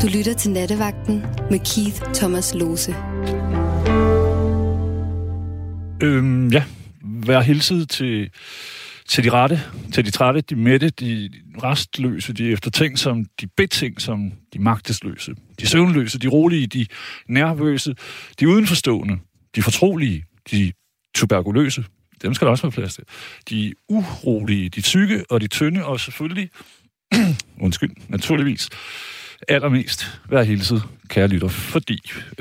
Du lytter til Nattevagten med Keith Thomas Lose. Ja, vær hilset til de rette, til de trætte, de mætte, de restløse, de eftertænksomme, de betænksomme, de magtesløse, de søvnløse, de rolige, de nervøse, de udenforstående, de fortrolige, de tuberkuløse. Dem skal der også være plads til. De urolige, de tykke og de tynde, og selvfølgelig, naturligvis, allermest vær hilset, kære lytter, fordi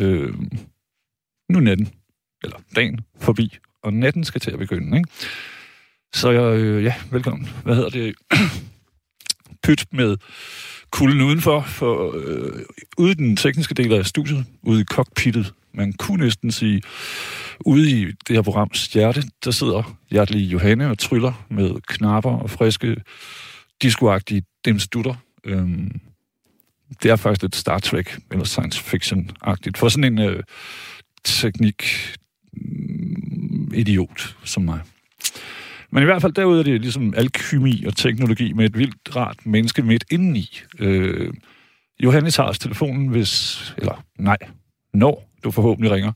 nu er natten, eller dagen, forbi, og natten skal til at begynde, ikke? Så ja, velkommen. Hvad hedder det? Pyt med kulden udenfor, for ude i den tekniske del af studiet, ude i cockpittet, man kunne næsten sige, ude i det her programs hjerte, der sidder hjertelige Johanne og tryller med knapper og friske, discoagtige dimsedutter. Det er faktisk lidt Star Trek eller science fiction-agtigt. For sådan en teknik-idiot som mig. Men i hvert fald derude er det ligesom alkymi og teknologi med et vildt rart menneske midt indeni. Johanne tager telefonen, når du forhåbentlig ringer.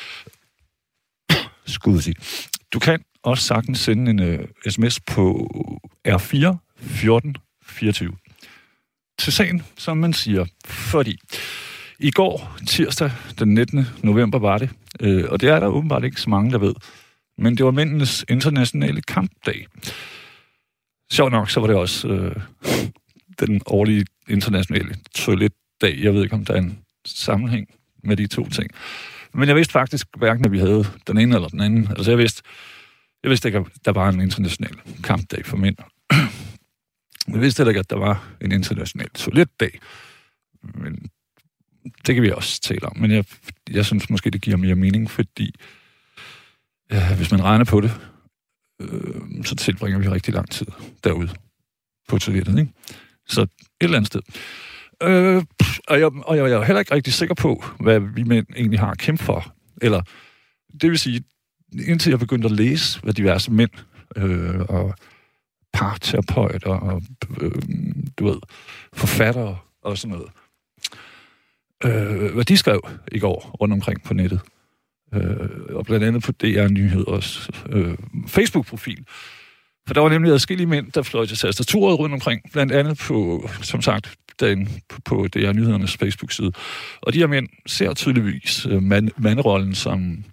Skud. Du kan også sagtens sende en sms på R4 1424. Til sagen, som man siger, fordi i går, tirsdag den 19. november var det, og det er der åbenbart ikke så mange, der ved, men det var mændenes internationale kampdag. Sjovt nok, så var det også den årlige internationale toiletdag. Jeg ved ikke, om der er en sammenhæng med de to ting. Men jeg vidste faktisk hverken, at vi havde den ene eller den anden. Altså jeg vidste ikke, at der var en international kampdag for mænd. Jeg vidste heller ikke, at der var en international toiletdag. Men det kan vi også tale om. Men jeg synes måske, det giver mere mening, fordi hvis man regner på det, så tilbringer vi rigtig lang tid derude på toilettet, ikke? Så et eller andet sted. Og jeg er heller ikke rigtig sikker på, hvad vi mænd egentlig har at kæmpe for. Eller, det vil sige, indtil jeg begyndte at læse, hvad diverse mænd og parterapeuter og forfattere og sådan noget, hvad de skrev i går rundt omkring på nettet. Og blandt andet på DR Nyheders Facebook-profil. For der var nemlig adskillige mænd, der fløj til tastaturet rundt omkring, blandt andet på, som sagt, på DR Nyhedernes Facebook-side. Og de her mænd ser tydeligvis manderollen som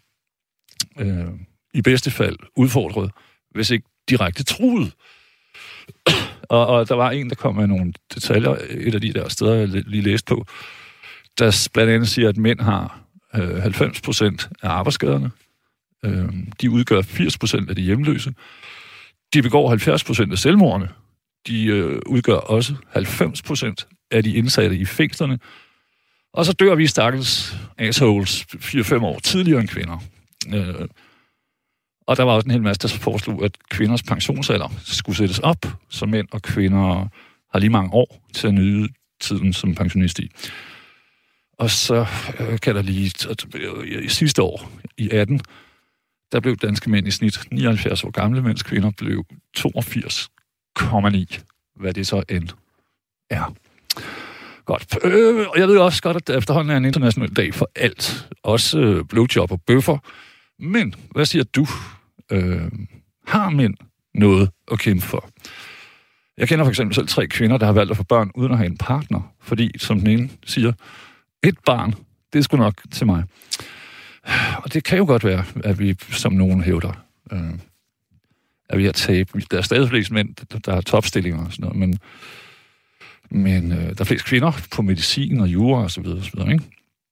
i bedste fald udfordret, hvis ikke direkte truet. Og der var en, der kom med nogle detaljer, et af de der steder, jeg lige læste på, der blandt andet siger, at mænd har 90% af arbejdsskaderne. De udgør 80% af de hjemløse. De begår 70% af selvmordene. De udgør også 90% af de indsatte i fængslerne. Og så dør vi stakkels assholes 4-5 år tidligere end kvinder. Og der var også en hel masse, der foreslog, at kvinders pensionsalder skulle sættes op, så mænd og kvinder har lige mange år til at nyde tiden som pensionist i. Og så kan der lige i sidste år, i 18, der blev danske mænd i snit 79 år gamle, mens kvinder blev 82,9, hvad det så end er. Godt. Og jeg ved også godt, at efterhånden er en international dag for alt. Også blowjob og bøffer. Men hvad siger du? Har mænd noget at kæmpe for? Jeg kender for eksempel selv 3 kvinder, der har valgt at få børn uden at have en partner. Fordi, som den ene siger, et barn, det er sgu nok til mig. Og det kan jo godt være, at vi, som nogen hævder, at vi har tabt. Der er stadig flest mænd, der har topstillinger og sådan noget, men der er flest kvinder på medicin og jura og så videre, ikke?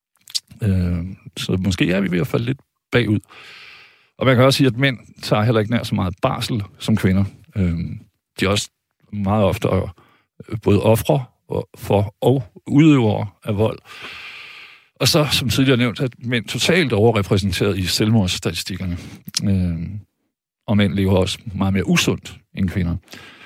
Så måske er vi ved at falde lidt bagud. Og man kan også sige, at mænd tager heller ikke nær så meget barsel som kvinder. De er også meget ofte både ofre for og udøvere af vold. Og så, som tidligere nævnt, at mænd totalt overrepræsenteret i selvmordsstatistikkerne. Og mænd lever også meget mere usundt end kvinder.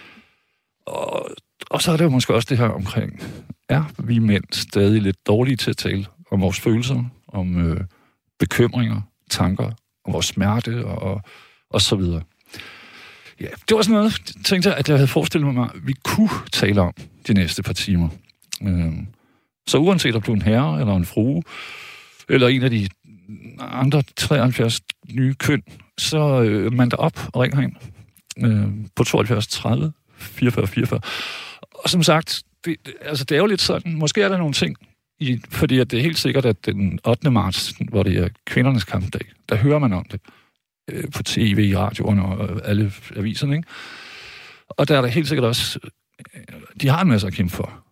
Og så er det jo måske også det her omkring, er vi mænd stadig lidt dårlige til at tale om vores følelser, om bekymringer, tanker, om vores smerte og så videre. Ja, det var sådan noget, tænkte jeg, at jeg havde forestillet mig, at vi kunne tale om de næste par timer. Så uanset om du er en herre eller en frue, eller en af de andre 73 nye køn, så mand dig op og ring herind på 72 30 44 44. Og som sagt, det er jo lidt sådan, måske er der nogle ting, fordi at det er helt sikkert, at den 8. marts, hvor det er kvindernes kampdag, der hører man om det på tv, i radioerne og alle aviserne, ikke? Og der er der helt sikkert også, de har en masse at kæmpe for.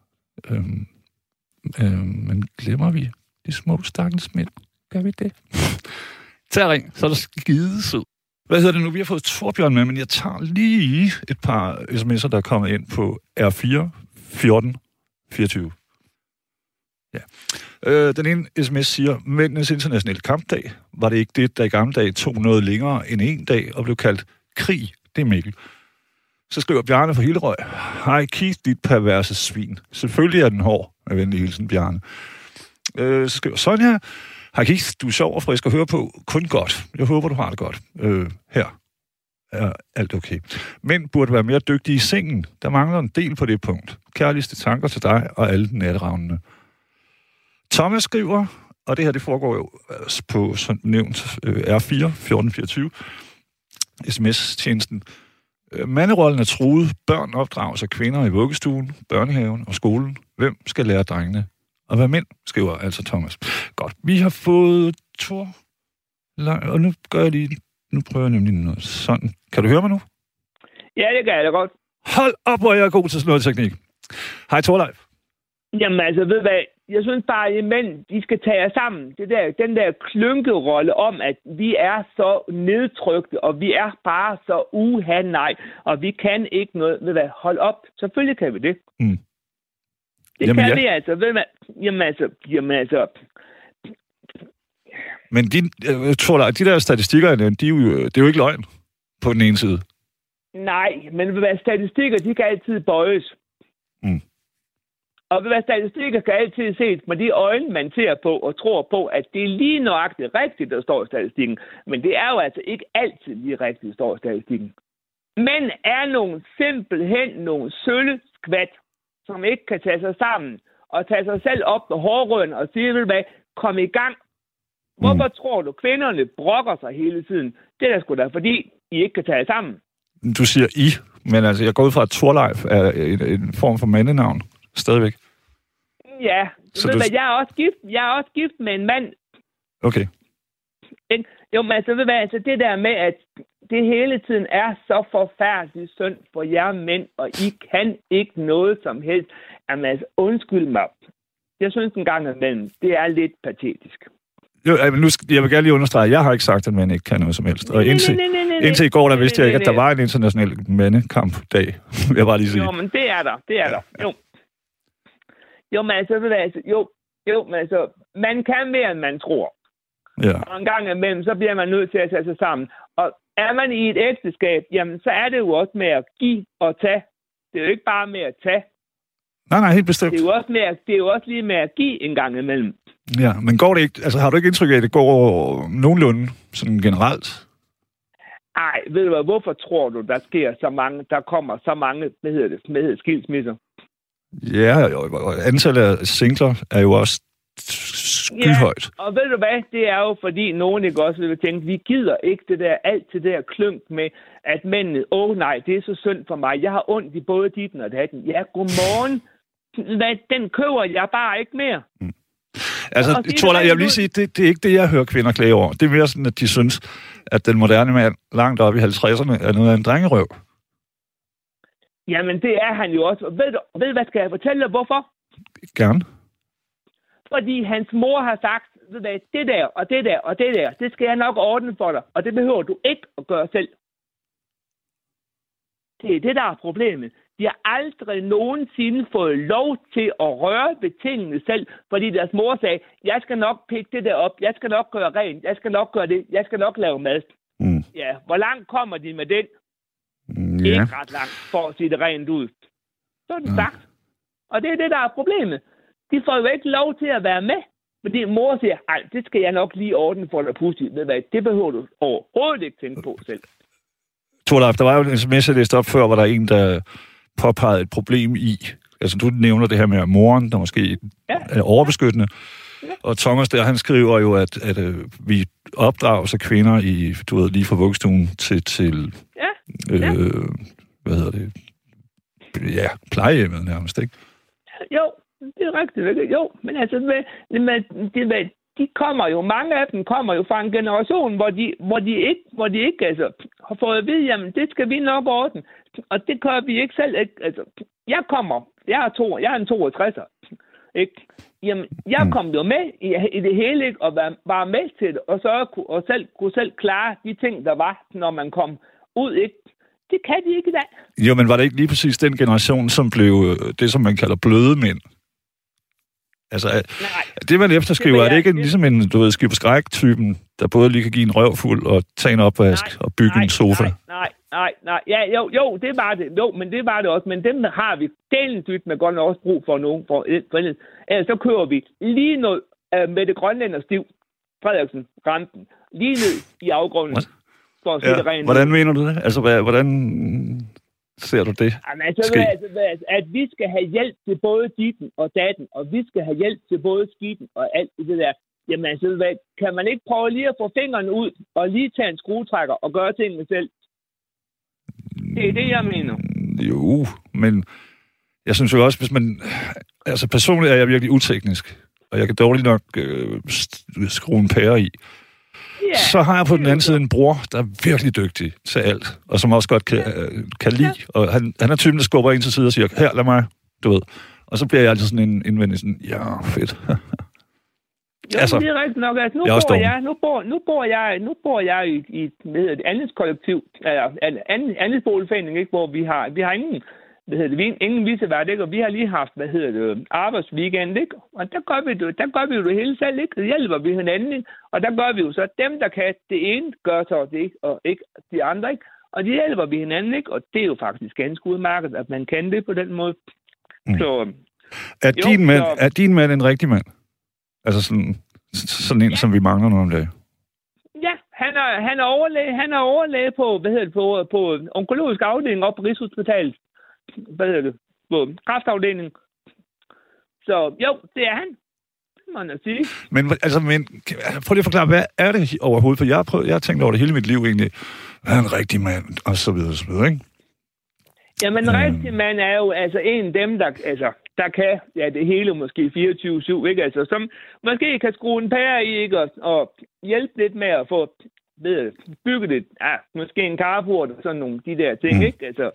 Men glemmer vi de små stakkels mænd? Gør vi det? Tag ring, så er der skidesød. Hvad hedder det nu? Vi har fået Torbjørn med, men jeg tager lige et par sms'er, der er kommet ind på R4 14 24. Ja. Den ene sms siger, mændenes internationale kampdag, var det ikke det, der i gamle dage tog noget længere end en dag og blev kaldt krig? Det er Mikkel. Så skriver Bjarne fra Hillerød, hej Keith, dit perverse svin. Selvfølgelig er den hård, med venlig hilsen, Bjarne. Så skriver Sonja, hej Keith, du er sjov og frisk at høre på. Kun godt. Jeg håber, du har det godt. Her er alt okay. Mænd burde være mere dygtige i sengen. Der mangler en del på det punkt. Kærligste tanker til dig og alle natteravnene. Thomas skriver, og det her det foregår jo på sådan nævnt R4 1424, sms-tjenesten. Manderollen er truet. Børn opdrages af kvinder i vuggestuen, børnehaven og skolen. Hvem skal lære drengene at være mænd, skriver altså Thomas. Godt. Vi har fået Thor, og nu gør jeg lige, nu prøver jeg nemlig noget sådan. Kan du høre mig nu? Ja, det kan jeg da godt. Hold op, hvor jeg er god til sådan noget teknik. Hej Thorleif. Jamen altså, ved hvad? Jeg synes bare, at mænd, de skal tage jer sammen. Den der klynkerolle om, at vi er så nedtrykte, og vi er bare så nej, og vi kan ikke noget. Ved hvad? Hold op. Selvfølgelig kan vi det. Mm. Det jamen, kan vi altså. Ved hvad? Jamen altså. Men de der statistikker, det er jo ikke løgn på den ene side. Nej, men ved hvad? Statistikker, de kan altid bøjes. Mm. Og ved hvad, statistikker kan altid ses med de øjne, man ser på og tror på, at det er lige nøjagtigt rigtigt, der står i statistikken. Men det er jo altså ikke altid lige rigtigt, der står i statistikken. Men er simpelthen nogle sølle skvat, som ikke kan tage sig sammen og tage sig selv op med hårrøden og sige, ved hvad, kom i gang. Hvorfor tror du, kvinderne brokker sig hele tiden? Det er da sgu da, fordi I ikke kan tage sammen. Du siger I, men altså, jeg går ud fra, at Thorleif er en form for mandenavn. Stadigvæk? Ja. Jeg er også gift med en mand. Okay. Jo, men altså, altså det der med, at det hele tiden er så forfærdeligt synd for jer mænd, og I kan ikke noget som helst. Jamen altså, undskyld mig. Jeg synes en gang imellem, det er lidt patetisk. Jo, men jeg vil gerne lige understrege, at jeg har ikke sagt, at man ikke kan noget som helst. Og indtil i går, der vidste jeg ikke, at der var en international mandekampdag. Jeg bare lige sige. Jo, men det er der. Ja. Jo. Jo, men altså, man kan mere, end man tror. Ja. Og en gang imellem, så bliver man nødt til at tage sig sammen. Og er man i et ægteskab, jamen, så er det jo også med at give og tage. Det er jo ikke bare med at tage. Nej, helt bestemt. Det er jo også lige med at give en gang imellem. Ja, men går det ikke, altså har du ikke indtryk af, at det går nogenlunde sådan generelt? Nej, ved du hvad, hvorfor tror du, der kommer så mange, skilsmisser? Ja, og antallet af singler er jo også skyhøjt. Ja, og ved du hvad, det er jo fordi nogen ikke også vil tænke, vi gider ikke alt det der klunk med, at mændene, nej, det er så synd for mig, jeg har ondt i både ditten og datten. Ja, godmorgen. Den køber jeg bare ikke mere. Mm. Altså, Thorleif, jeg vil lige sige, det er ikke det, jeg hører kvinder klage over. Det er mere sådan, at de synes, at den moderne mand langt op i 50'erne er noget af en drengerøv. Jamen, det er han jo også. Ved du, hvad skal jeg fortælle dig, hvorfor? Gerne. Fordi hans mor har sagt, det der og det der og det der, det skal jeg nok ordne for dig, og det behøver du ikke at gøre selv. Det er det, der er problemet. De har aldrig nogensinde fået lov til at røre ved tingene selv, fordi deres mor sagde, jeg skal nok pikke det der op, jeg skal nok gøre rent, jeg skal nok gøre det, jeg skal nok lave mad. Mm. Ja, hvor langt kommer de med den? Ja. Ikke ret langt, for at sige det rent ud. Så er det sagt. Og det er det, der er problemet. De får jo ikke lov til at være med, fordi mor siger, ej, det skal jeg nok lige ordne for dig pludselig. Ved hvad, det behøver du overhovedet ikke tænke på selv. Thorleif, der var jo en sms, jeg læste op før, hvor der er en, der påpegede et problem i, Altså, du nævner det her med moren, der måske er overbeskyttende. Ja. Og Thomas der, han skriver jo, at vi opdrager sig kvinder i, du ved, lige fra vuggestuen til hvad hedder det? Ja, plejehjemmet nærmest, ikke? Jo, det er rigtigt. Jo, men altså, de kommer jo, mange af dem kommer jo fra en generation, hvor de ikke altså, har fået at vide, jamen, det skal vi nok ordne. Og det gør vi ikke selv. Ikke? Altså, jeg er en 62'er. Ikke? Jamen, jeg kom jo med i det hele, ikke? Og var med til det, og så kunne selv klare de ting, der var, når man kom ud, ikke? Det kan de ikke i dag. Jo, men var det ikke lige præcis den generation, som blev det, som man kalder bløde mænd? Altså, det man efterskriver, er det ikke ligesom en, du ved, skib skræk-typen, der både lige kan give en røvfuld og tage en opvask og bygge en sofa? Nej. Ja, jo, det var det. Jo, men det var det også. Men dem har vi delenddyt med godt også brug for nogen. Ellers så kører vi lige ned med det grønlænder stiv, Frederiksen, rampen, lige ned i afgrunden. For at det rent. Hvordan mener du det? Altså, hvordan ser du det? Jamen, altså, at vi skal have hjælp til både ditten og datten, og vi skal have hjælp til både skitten og alt det der. Jamen, altså, kan man ikke prøve lige at få fingrene ud og lige tage en skruetrækker og gøre tingene selv? Det er det, jeg mener. Jo, men jeg synes jo også, hvis man... Altså, personligt er jeg virkelig uteknisk, og jeg kan dårligt nok skrue en pære i. Yeah. Så har jeg på den anden side en bror, der er virkelig dygtig til alt, og som også godt kan lide. Og han er typen, der skubber ind til side og siger, her, lad mig, du ved. Og så bliver jeg altid sådan en indvendig, sådan, ja, fedt. Jo, altså, det er rigtigt nok. Altså, nu bor jeg i et andet kollektiv, eller andet boligforening, ikke, hvor vi har ingen vicevært, ikke, og vi har lige haft, arbejdsweekend, ikke, og der gør vi jo det hele selv, ikke, og hjælper vi hinanden, ikke, og der gør vi jo så, dem der kan det ene, gør så det, og ikke de andre, ikke, og de hjælper vi hinanden, ikke, og det er jo faktisk ganske udmærket, at man kan det på den måde. Så, er din mand en rigtig mand? Altså sådan en, som vi mangler nogle dage? Ja, han er overlæge på, på onkologisk afdeling op på Rigshospitalet. På kræftafdelingen. Så jo, det er han. Det må man sige. Men prøv lige at forklare, hvad er det overhovedet? For jeg har tænkt over det hele mit liv egentlig. Hvad er en rigtig mand? Og så videre, ikke? Jamen, en rigtig mand er jo altså en af dem, der kan det hele måske 24/7, ikke? Altså, som måske kan skrue en pære i, ikke? Og hjælpe lidt med at få bygget det. Ja, måske en carport og sådan nogle de der ting, ikke? Altså,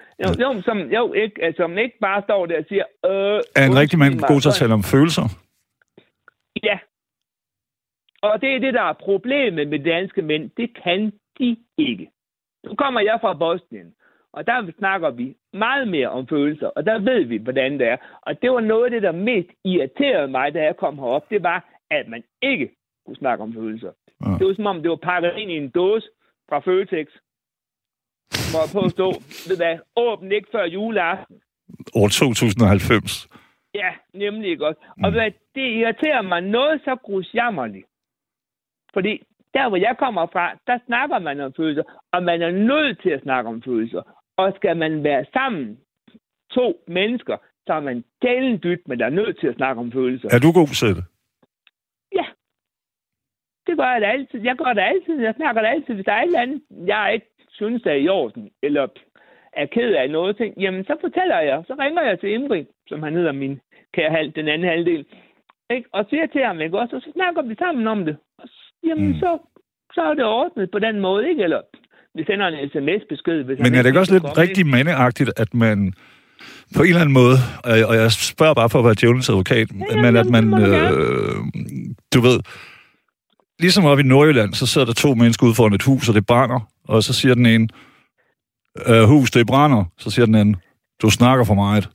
som ikke bare står der og siger... Er en rigtig mand god til at tale om følelser? Ja. Og det er det, der er problemet med danske mænd. Det kan de ikke. Nu kommer jeg fra Bosnien, og der snakker vi meget mere om følelser, og der ved vi, hvordan det er. Og det var noget af det, der mest irriterede mig, da jeg kom herop, det var, at man ikke kunne snakke om følelser. Ja. Det var som om, det var pakket ind i en dåse fra Føtex, hvor jeg på at stå, åbn ikke før juleaften. År 2090. Ja, nemlig godt. Og det irriterer mig noget så grusjammerligt. Fordi der, hvor jeg kommer fra, der snakker man om følelser, og man er nødt til at snakke om følelser. Og skal man være sammen, 2 mennesker, så er man delenddyt, men der er nødt til at snakke om følelser. Er du god til det? Ja. Det gør jeg da altid. Jeg gør det altid. Jeg snakker det altid. Hvis der er et eller andet, jeg ikke synes, der er i orden, eller er ked af noget ting, jamen så fortæller jeg. Så ringer jeg til Imri, som han hedder min kære den anden halvdel, ikke? Og siger til ham, ikke også? Og så snakker vi sammen om det. Og jamen så er det ordnet på den måde, ikke? Eller vi sender en sms-besked. Men er det ikke også lidt rigtig mandeagtigt, at man på en eller anden måde, og jeg spørger bare for at være djævelens advokat, men at man, du ved, ligesom oppe i Nordjylland, så sidder der 2 mennesker ude foran et hus, og det brænder, og så siger den ene, hus, det brænder, så siger den anden, du snakker for meget.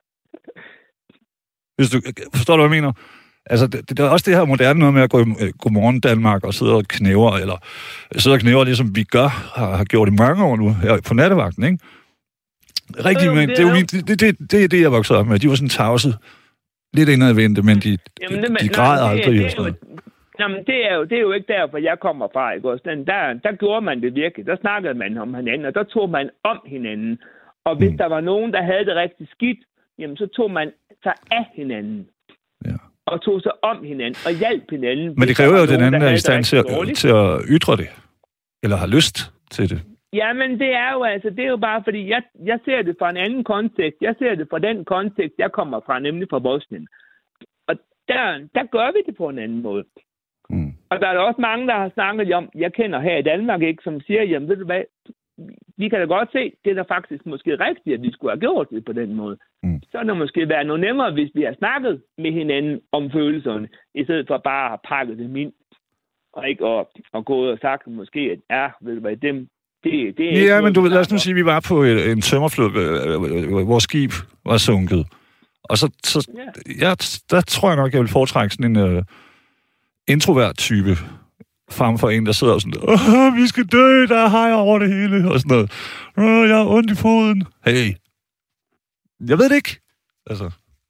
Forstår du, hvad jeg mener? Altså, det er også det her moderne noget med at gå i Godmorgen Danmark og sidde og knæver, ligesom vi har gjort i mange år nu, her på nattevagten, ikke? Rigtig, men det er det, jeg voksede op med. De var sådan tavse, lidt indadvendte, men de græder aldrig. Jamen, det er jo ikke derfor, jeg kommer fra, ikke også? Der gjorde man det virkelig. Der snakkede man om hinanden, og der tog man om hinanden. Og hvis der var nogen, der havde det rigtig skidt, jamen så tog man sig af hinanden. Ja. Og tog sig om hinanden og hjalp hinanden. Men det kræver jo, at den anden er i stand til at ytre det. Eller har lyst til det. Jamen, det er jo bare, fordi jeg ser det fra en anden kontekst. Jeg ser det fra den kontekst, jeg kommer fra, nemlig fra Bosnien. Og der gør vi det på en anden måde. Mm. Og der er også mange, der har snakket om, jeg kender her i Danmark, ikke, som siger, jamen ved du hvad, vi kan da godt se, det er da faktisk måske rigtigt, at vi skulle have gjort det på den måde. Mm. Så er det måske været noget nemmere, hvis vi har snakket med hinanden om følelserne, i stedet for bare at have pakket dem ind, og ikke og gået og sagt måske, at ved du hvad, dem, det er ja, men lad os nu sige, at vi var på en tømmerflod, hvor skib var sunket. Og så der tror jeg nok, jeg vil foretrække sådan en introvert type, frem for en, der sidder og sådan, vi skal dø, der er hajer over det hele, og sådan noget. Jeg har ondt i foden. Hey. Jeg ved det ikke. Altså.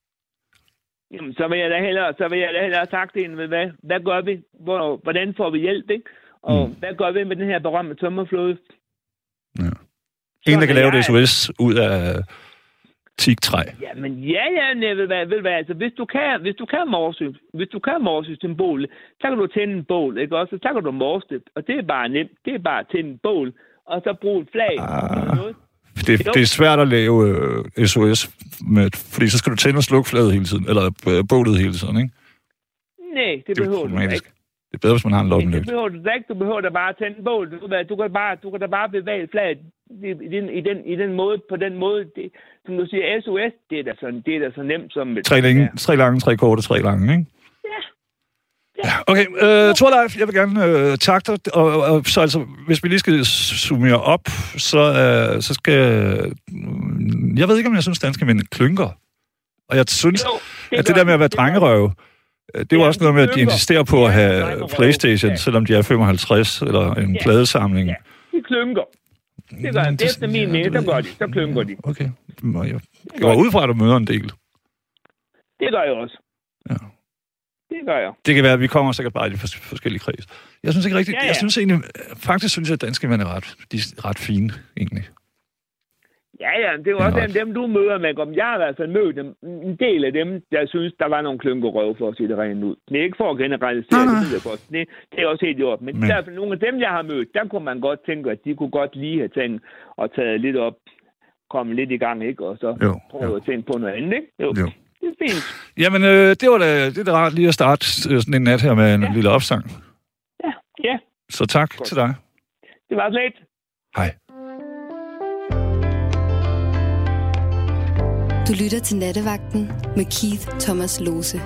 Jamen, så vil jeg da hellere have sagt det, hvad gør vi? Hvordan får vi hjælp, ikke? Og hvad gør vi med den her berømte tømmerflåde? Ja. En, der kan lave det SOS ud af teaktræ. Jamen, ved hvad, altså, hvis du kan morse symbolet, så kan du tænde en bål, ikke også? Så kan du morse det, og det er bare nemt. Det er bare at tænde en bål, og så bruge et flag. Det er svært at lave SOS med, fordi så skal du tænde og slukke flaget hele tiden, eller bålet hele tiden, ikke? Nej, det behøver du ikke. Det er bedre, hvis man har en lommelygte. Det behøver du ikke. Du behøver da bare at tænde en bål. Du kan da bare bevæge flaget i den måde, på den måde. Det, som du siger, SOS, det er da så nemt som... 3 lange, 3 korte, 3 lange, ikke? Ja. Okay, Thorleif, jeg vil gerne takke dig. Og så altså, hvis vi lige skal summere op, så skal... Jeg ved ikke, om jeg synes, danske mænd klynker. Og jeg synes, at det der med at være drengerøve, det er jo også noget med, at de insisterer på at have PlayStation, selvom de er 55, eller en pladesamling. Ja, de klynker. Det gør de. Efter min mening, så klynker de. Okay. Jeg går ud fra, at du møder en del. Det gør jeg også. Ja. Det gør jeg. Det kan være, at vi kommer sikkert bare i de forskellige kreds. Jeg synes ikke rigtigt... Ja. Jeg synes egentlig... Faktisk synes jeg, at danske mænd er ret fine, egentlig. Ja, det er jo også dem, du møder med. Jeg har i hvert fald mødt en del af dem, der synes, der var nogle klynkerøve for at sige det rent ud. Det er ikke for at generalisere, det er også helt gjort. Men i hvert fald nogle af dem, jeg har mødt, der kunne man godt tænke, at de kunne godt lige have tænkt og taget lidt op, komme lidt i gang, ikke? Og så prøve at tænke på noget andet, ikke? Jo. Det er fint. Jamen, det er da rart lige at starte sådan en nat her med en lille opsang. Ja. Så tak til dig. Det var slet. Hej. Du lytter til Nattevagten med Keith Thomas Lose.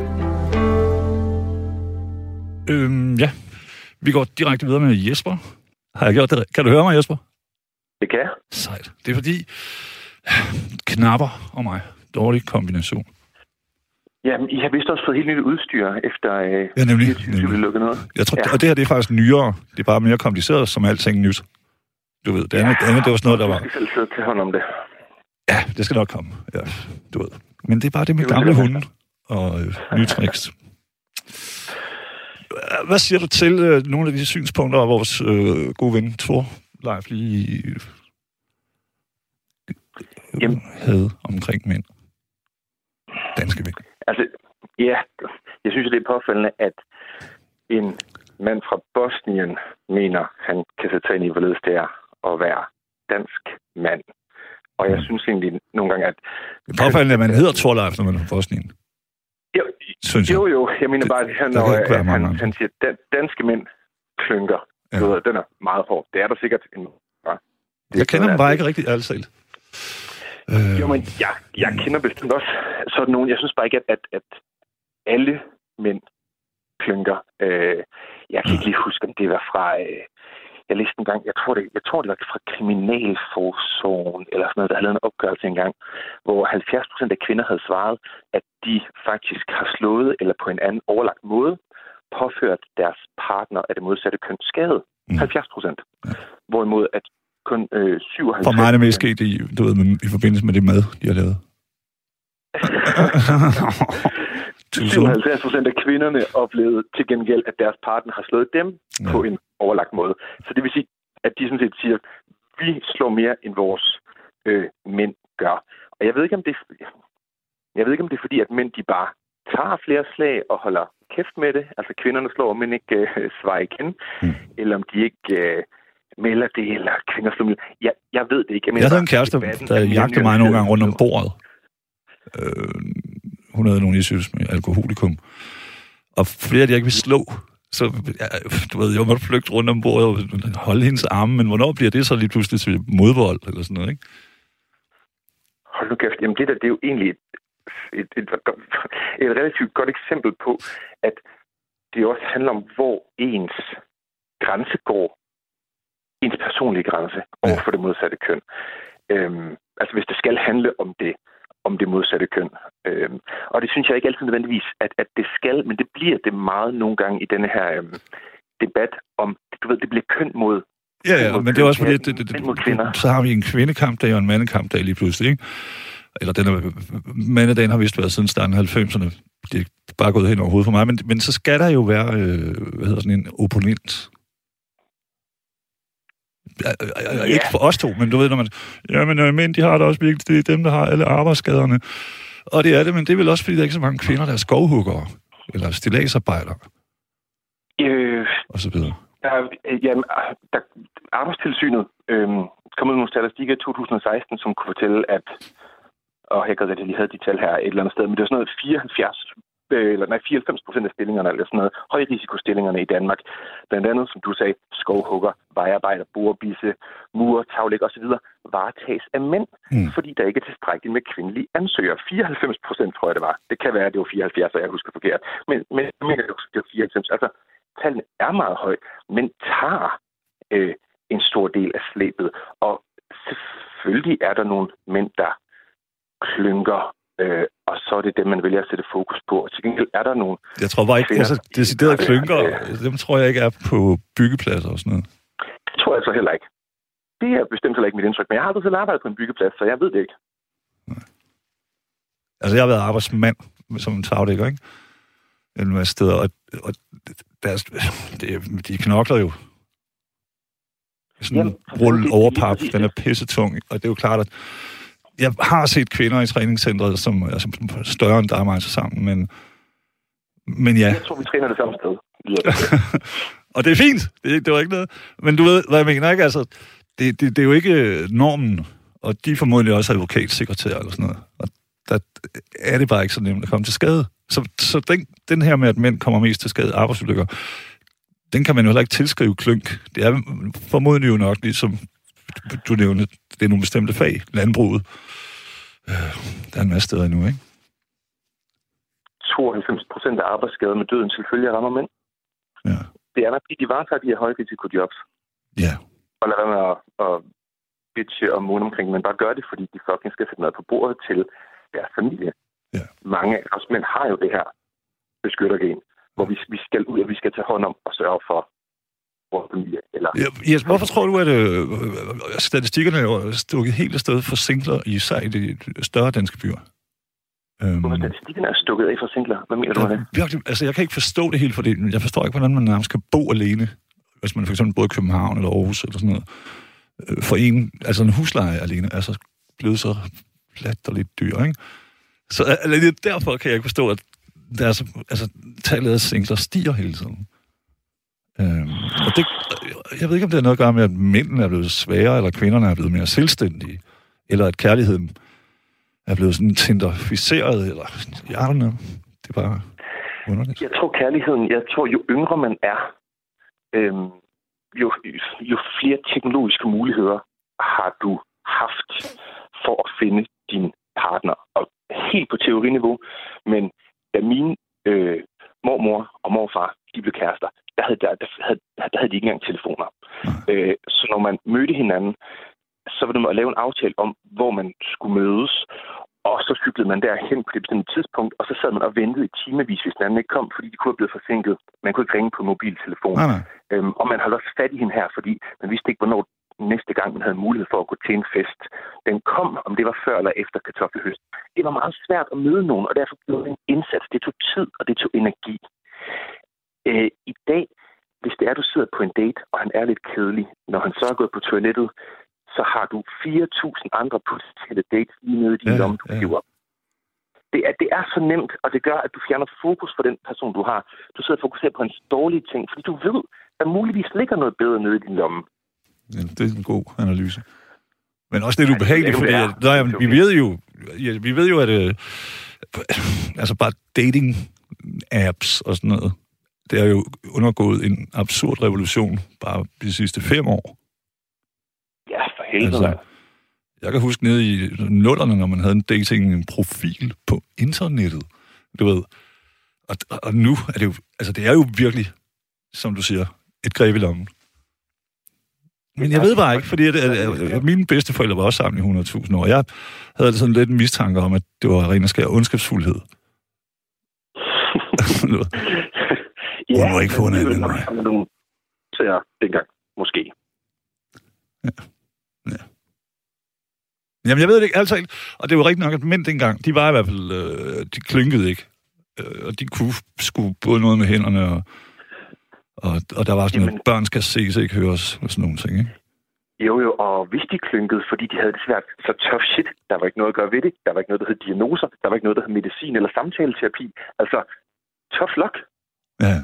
Ja. Vi går direkte videre med Jesper. Har jeg gjort det? Kan du høre mig, Jesper? Det kan jeg. Sejt. Det er fordi knapper og mig. Dårlig kombination. Jamen, I har vist også fået helt nyt udstyr efter nemlig. Blev lukket noget. Jeg tror, og det her det er faktisk nyere. Det er bare mere kompliceret, som alting nyt. Du ved, det andet det var sådan noget, der var... Jeg skal selv tage hånd om det. Ja, det skal nok komme. Ja, du ved. Men det er bare det med gamle hunde og nye tricks. Hvad siger du til nogle af de synspunkter, og vores gode ven Thorleif lige havde omkring mænd? Danske mænd. Altså, ja, jeg synes, det er påfaldende, at en mand fra Bosnien mener, han kan sætte sig ind i, hvorledes det er at være dansk mand. Og jeg synes egentlig nogle gange, at... Det er påfaldende, at man hedder Thorleif, når man er fra Bosnien. Jo. Jeg mener bare, at han siger, at danske mænd klynker. Ja. Den er meget hård. Det er der sikkert en... Jeg kender dem bare ikke rigtig alt selv. Jo, men jeg kender bestemt også sådan nogen. Jeg synes bare ikke, at alle mænd klynker. Jeg kan ikke lige huske, om det var fra... Jeg læste en gang, jeg tror det var fra Kriminalforsorgen, eller sådan noget, der havde lavet en opgørelse engang, hvor 70% af kvinder havde svaret, at de faktisk har slået, eller på en anden overlagt måde, påført deres partner af det modsatte køn skade. 70%. Hvorimod at kun 57%... For mig er det mest sket i forbindelse med det mad, de har lavet. 57% af kvinderne oplevede til gengæld, at deres partner har slået dem på en overlagt måde. Så det vil sige, at de sådan set siger, at vi slår mere, end vores mænd gør. Og jeg ved ikke, om det... Jeg ved ikke, om det er fordi, at mænd de bare tager flere slag og holder kæft med det. Altså kvinderne slår, men ikke svarer igen. Eller om de ikke melder det, eller kvinder slår med. Jeg ved det ikke. Jeg havde en kæreste, der jagtede mig nogle gange rundt om bordet. Hun havde nogle issues med alkoholikum. Og fordi jeg ikke ville slå, så du ved, jeg måtte flygte rundt om bordet og holde hendes arme, men hvornår bliver det så lige pludselig til modvold eller sådan noget, ikke? Hold nu kæft. Jamen det er jo egentlig et relativt godt eksempel på, at det også handler om, hvor ens grænse går. Ens personlige grænse over for det modsatte køn. Altså hvis det skal handle om det modsatte køn. Og det synes jeg ikke altid nødvendigvis, at det skal, men det bliver det meget nogle gange i denne her debat om, du ved, det bliver køn mod men det er også fordi, så har vi en kvindekampdag og en mandekamp lige pludselig, ikke? Eller mandedagen har vist været siden starten af 90'erne. Det er bare gået hen over hovedet for mig, men så skal der jo være, en opponent. Ikke for os to, men du ved, når man... mænd, de har det også virkelig. Det er dem, der har alle arbejdsskaderne. Og det er det, men det er vel også, fordi der er ikke så mange kvinder, der er skovhuggere. Eller stilladsarbejdere. Og så videre. Der Arbejdstilsynet kom ud med nogle statistikker i 2016, som kunne fortælle, at... Og jeg kan godt, at de havde de tal her et eller andet sted, men det var sådan noget 94% af stillingerne, eller sådan noget, højrisikostillingerne i Danmark. Blandt andet, som du sagde, skovhugger, vejarbejder, borebisse, murer, taglægger osv. varetages af mænd, fordi der ikke er tilstrækkeligt med kvindelige ansøgere. 94% tror jeg, det var. Det kan være, at det var 74, og jeg husker forkert. Men jeg mener, det var 94. Altså, tallene er meget høje, men tager en stor del af slæbet. Og selvfølgelig er der nogle mænd, der klynker, og så er det dem, man vælger at sætte fokus på. Og til gengæld er der nogle... Jeg tror bare ikke, altså deciderede klynker, dem tror jeg ikke er på byggepladser og sådan noget. Det tror jeg så heller ikke. Det er bestemt heller ikke mit indtryk, men jeg har aldrig selv arbejdet på en byggeplads, så jeg ved det ikke. Nej. Altså, jeg har været arbejdsmand som en tagdækker, ikke? En masse steder, og de knokler jo. Sådan en rulle overpap, den er pissetung, og det er jo klart, at jeg har set kvinder i træningscentret, som er større end dig og mig til sammen, men ja. Jeg tror, vi træner det samme sted. Og det er fint. Det var ikke noget. Men du ved, hvad jeg mener, ikke? Altså, det er jo ikke normen, og de er formodentlig også advokatsekretærer eller sådan noget. Og der er det bare ikke så nemt at komme til skade. Så den her med, at mænd kommer mest til skade, arbejdsulykker, den kan man jo heller ikke tilskrive klynk. Det er formodentlig jo nok, ligesom du nævnte, det er nogle bestemte fag, landbruget. Der er en masse steder endnu, ikke? 92% af arbejdsskader med døden selvfølgelig rammer mænd. Ja. Det er nok, fordi de varetager de her højrisikojobs. Ja. Og lad være med at bitche og måne omkring, men bare gør det, fordi de fucking skal sætte noget på bordet til deres familie. Ja. Mange af os mænd har jo det her beskyttergen, hvor vi skal ud, og vi skal tage hånd om og sørge for vores familie. Eller... Ja, hvorfor tror du, at statistikkerne er stukket helt afsted for singler i sig i de større danske byer? Hvorfor statistikkerne er stukket af for singler? Hvad mener du med det? Virkelig, altså, jeg kan ikke forstå det helt, fordi jeg forstår ikke, hvordan man nærmest kan bo alene, hvis man for eksempel bor i København eller Aarhus eller sådan noget. For en husleje alene er så blevet så latterligt dyr, ikke? Så derfor kan jeg ikke forstå, at tallet af singler stiger hele tiden. Og det, jeg ved ikke, om det har noget at gøre med, at mændene er blevet sværere, eller kvinderne er blevet mere selvstændige, eller at kærligheden er blevet sådan tinderficeret, eller jeg don't know. Det er bare underligt. Jeg tror jo yngre man er, jo flere teknologiske muligheder har du haft for at finde din partner. Og helt på teoriniveau, men da mine mormor og morfar, de blev kærester, der havde de ikke engang telefoner. Så når man mødte hinanden, så var det med at lave en aftale om, hvor man skulle mødes, og så cyklede man derhen på det bestemte tidspunkt, og så sad man og ventede i timevis, hvis den anden ikke kom, fordi de kunne have blevet forsinket. Man kunne ikke ringe på mobiltelefon. Og man havde også fat i hende her, fordi man vidste ikke, hvornår næste gang man havde mulighed for at gå til en fest. Den kom, om det var før eller efter kartoffelhøst. Det var meget svært at møde nogen, og derfor blev det en indsats. Det tog tid, og det tog energi. I dag, hvis det er, du sidder på en date, og han er lidt kedelig, når han så er gået på toilettet, så har du 4.000 andre potentielle dates lige nede i din lomme, du giver op. det er så nemt, og det gør, at du fjerner fokus for den person, du har. Du sidder og fokuserer på hans dårlige ting, fordi du ved, at muligvis ligger noget bedre nede i din lomme. Ja, det er en god analyse. Men også lidt ubehageligt, fordi vi ved jo, at altså bare dating-apps og sådan noget, det er jo undergået en absurd revolution bare de sidste 5 år. Ja, for helvede. Altså, jeg kan huske nede i 00'erne, når man havde en dating-profil på internettet, du ved. Og nu er det jo, altså det er jo virkelig, som du siger, et greb i lommen. Men jeg ved bare ikke, fordi mine bedsteforældre var også sammen i 100.000 år. Jeg havde sådan lidt en mistanke om, at det var ren og skær ondskabsfuldhed. Hun må ikke få en anden, nej. Så jeg dengang, måske. Ja. Jamen, jeg ved det ikke, altså ikke. Og det var rigtig nok, at mænd dengang, de var i hvert fald, de klynkede ikke. Og de skulle både noget med hænderne, og der var sådan noget, børn skal ses, ikke høres, og sådan nogle ting, ikke? Jo, og hvis de klynkede, fordi de havde det svært, så tough shit, der var ikke noget at gøre ved det. Der var ikke noget, der hed diagnoser. Der var ikke noget, der hed medicin eller samtaleterapi. Altså, tough luck. Ja.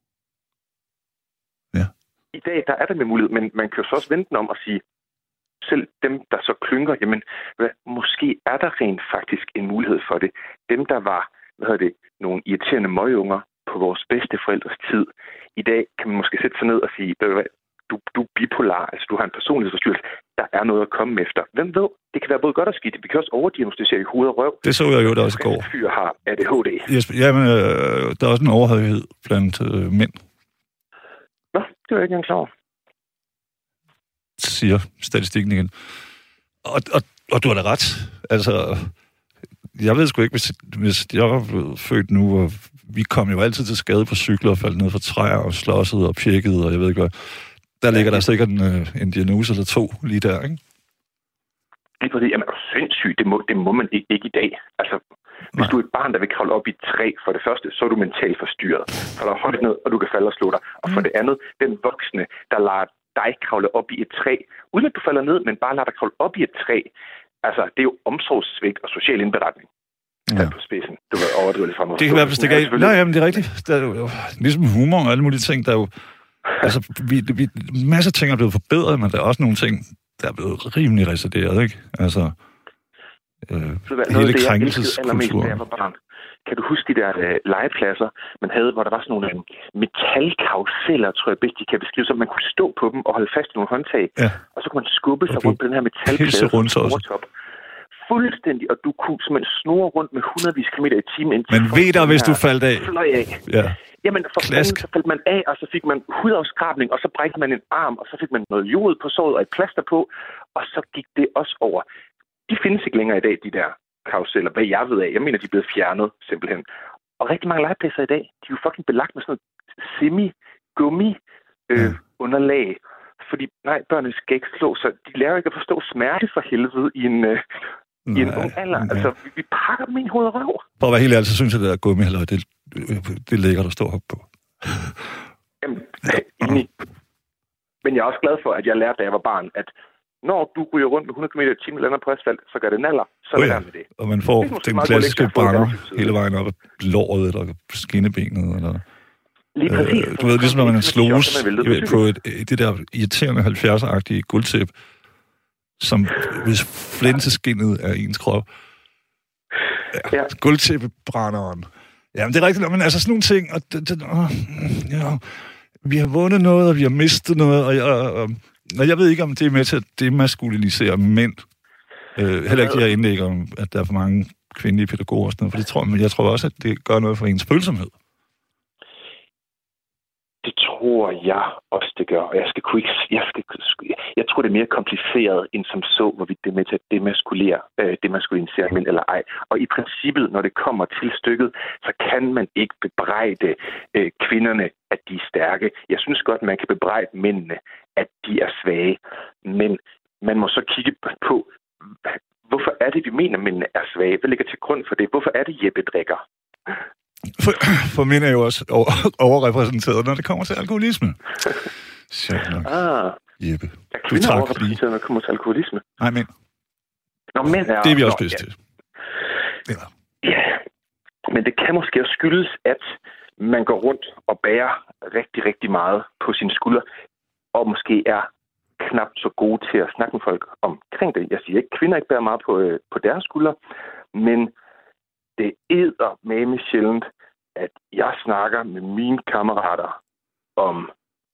I dag, der er der med mulighed, men man kan jo så også vente om at sige, selv dem, der så klynker, jamen, måske er der rent faktisk en mulighed for det. Dem, der var, nogle irriterende møgunger på vores bedste forældres tid. I dag kan man måske sætte sig ned og sige, du er bipolar, altså du har en personlighedsforstyrrelse, der er noget at komme efter. Hvem ved? Det kan være både godt og skidt. Vi kan også overdiagnostisere i hoved og røv. Det så jeg jo der også i går. Fyr har ADHD. Jamen, der er også en overhøjhed blandt mænd. Nå, det var jeg ikke engang klar over. Siger statistikken igen. Og du har da ret. Altså, jeg ved sgu ikke, hvis jeg var blevet født nu, og vi kom jo altid til skade på cykler og faldt ned fra træer og slåssede og pjekkede, og jeg ved ikke hvad. Der ligger der sikkert en diagnose eller 2 lige der, ikke? Lige præcis. Jamen, er du sindssyg? Det må man ikke i dag. Altså, hvis du er et barn, der vil kravle op i et træ, for det første, så er du mentalt forstyrret. Så er der højt ned, og du kan falde og slå dig. Og for det andet, den voksne, der lader dig kravle op i et træ, uden at du falder ned, men bare lader dig kravle op i et træ. Altså, det er jo omsorgssvigt og social indberetning. Ja. På spidsen. Du vil overdrive lidt frem. Det kan være, hvis det gav. Nej, jamen, det er rigtigt. Der er jo ligesom humor og alle mulige ting, der er jo... Altså, en masse ting er blevet forbedret, men der er også nogle ting, der er blevet rimelig resideret, ikke? Altså, hele krænkelseskulturen. Kan du huske de der legepladser, man havde, hvor der var sådan nogle metalkaruseller, tror jeg bedst, de kan beskrive, så man kunne stå på dem og holde fast i nogle håndtag, ja. Og så kunne man skubbe sig rundt på den her metalplade. Fuldstændig, og du kunne simpelthen snurre rundt med 100 km i timen. Men ved dig, hvis du faldt af? Fløj af. Ja. Jamen, for fanden, så faldt man af, og så fik man hudafskrabning, og så brækkede man en arm, og så fik man noget jod på såret og et plaster på, og så gik det også over. De findes ikke længere i dag, de der karuseller, hvad jeg ved af. Jeg mener, de er blevet fjernet, simpelthen. Og rigtig mange legepladser i dag, de er jo fucking belagt med sådan noget semi-gummi underlag. Fordi, nej, børnene skal ikke slå sig. De lærer ikke at forstå smerte for helvede i en ung alder. Ja. Altså, vi pakker dem i en hoved og røv. For at være helt ærlig, så synes jeg, det er gummi, eller det er lækkert at stå op på. Jamen, men jeg er også glad for, at jeg lærte, da jeg var barn, at når du ryger rundt med 100 km i timen lander på asfalt, så gør det naller. Så lad med det. Og man får den klassiske brænder hele vejen op af låret, eller skinnebenet, eller... Lige præcis. Du ved, ligesom når man slås på det der irriterende 70'er-agtige guldtæppe, som hvis flinteskinnet er ens krop. Ja. Guldtæppebrænderen. Jamen, det er rigtigt, men altså sådan nogle ting, og vi har vundet noget, og vi har mistet noget, og jeg ved ikke, om det er med til at demaskulinisere mænd. Heller ikke det her indlæg om, at der er for mange kvindelige pædagoger og sådan noget, for jeg tror også, at det gør noget for ens følsomhed. Det tror jeg også, det gør. Og jeg tror, det er mere kompliceret end som så, hvorvidt det er med til at demaskulinisere mænd eller ej. Og i princippet, når det kommer til stykket, så kan man ikke bebrejde kvinderne, at de er stærke. Jeg synes godt, man kan bebrejde mændene, at de er svage. Men man må så kigge på, hvorfor er det, vi mener, at mændene er svage? Hvad ligger til grund for det? Hvorfor er det, Jeppe drikker? For mænd er jo også overrepræsenteret, når det kommer til alkoholisme. Sjovt nok. Jeppe. Er kvinder overrepræsenteret, når det kommer til alkoholisme? Nej, mænd. Nå, mænd er... Det er vi også bedst til. Ja, Men det kan måske også skyldes, at man går rundt og bærer rigtig, rigtig meget på sine skuldre, og måske er knap så gode til at snakke med folk omkring det. Jeg siger ikke, at kvinder ikke bærer meget på deres skuldre, men det eddermame sjældent, at jeg snakker med mine kammerater om,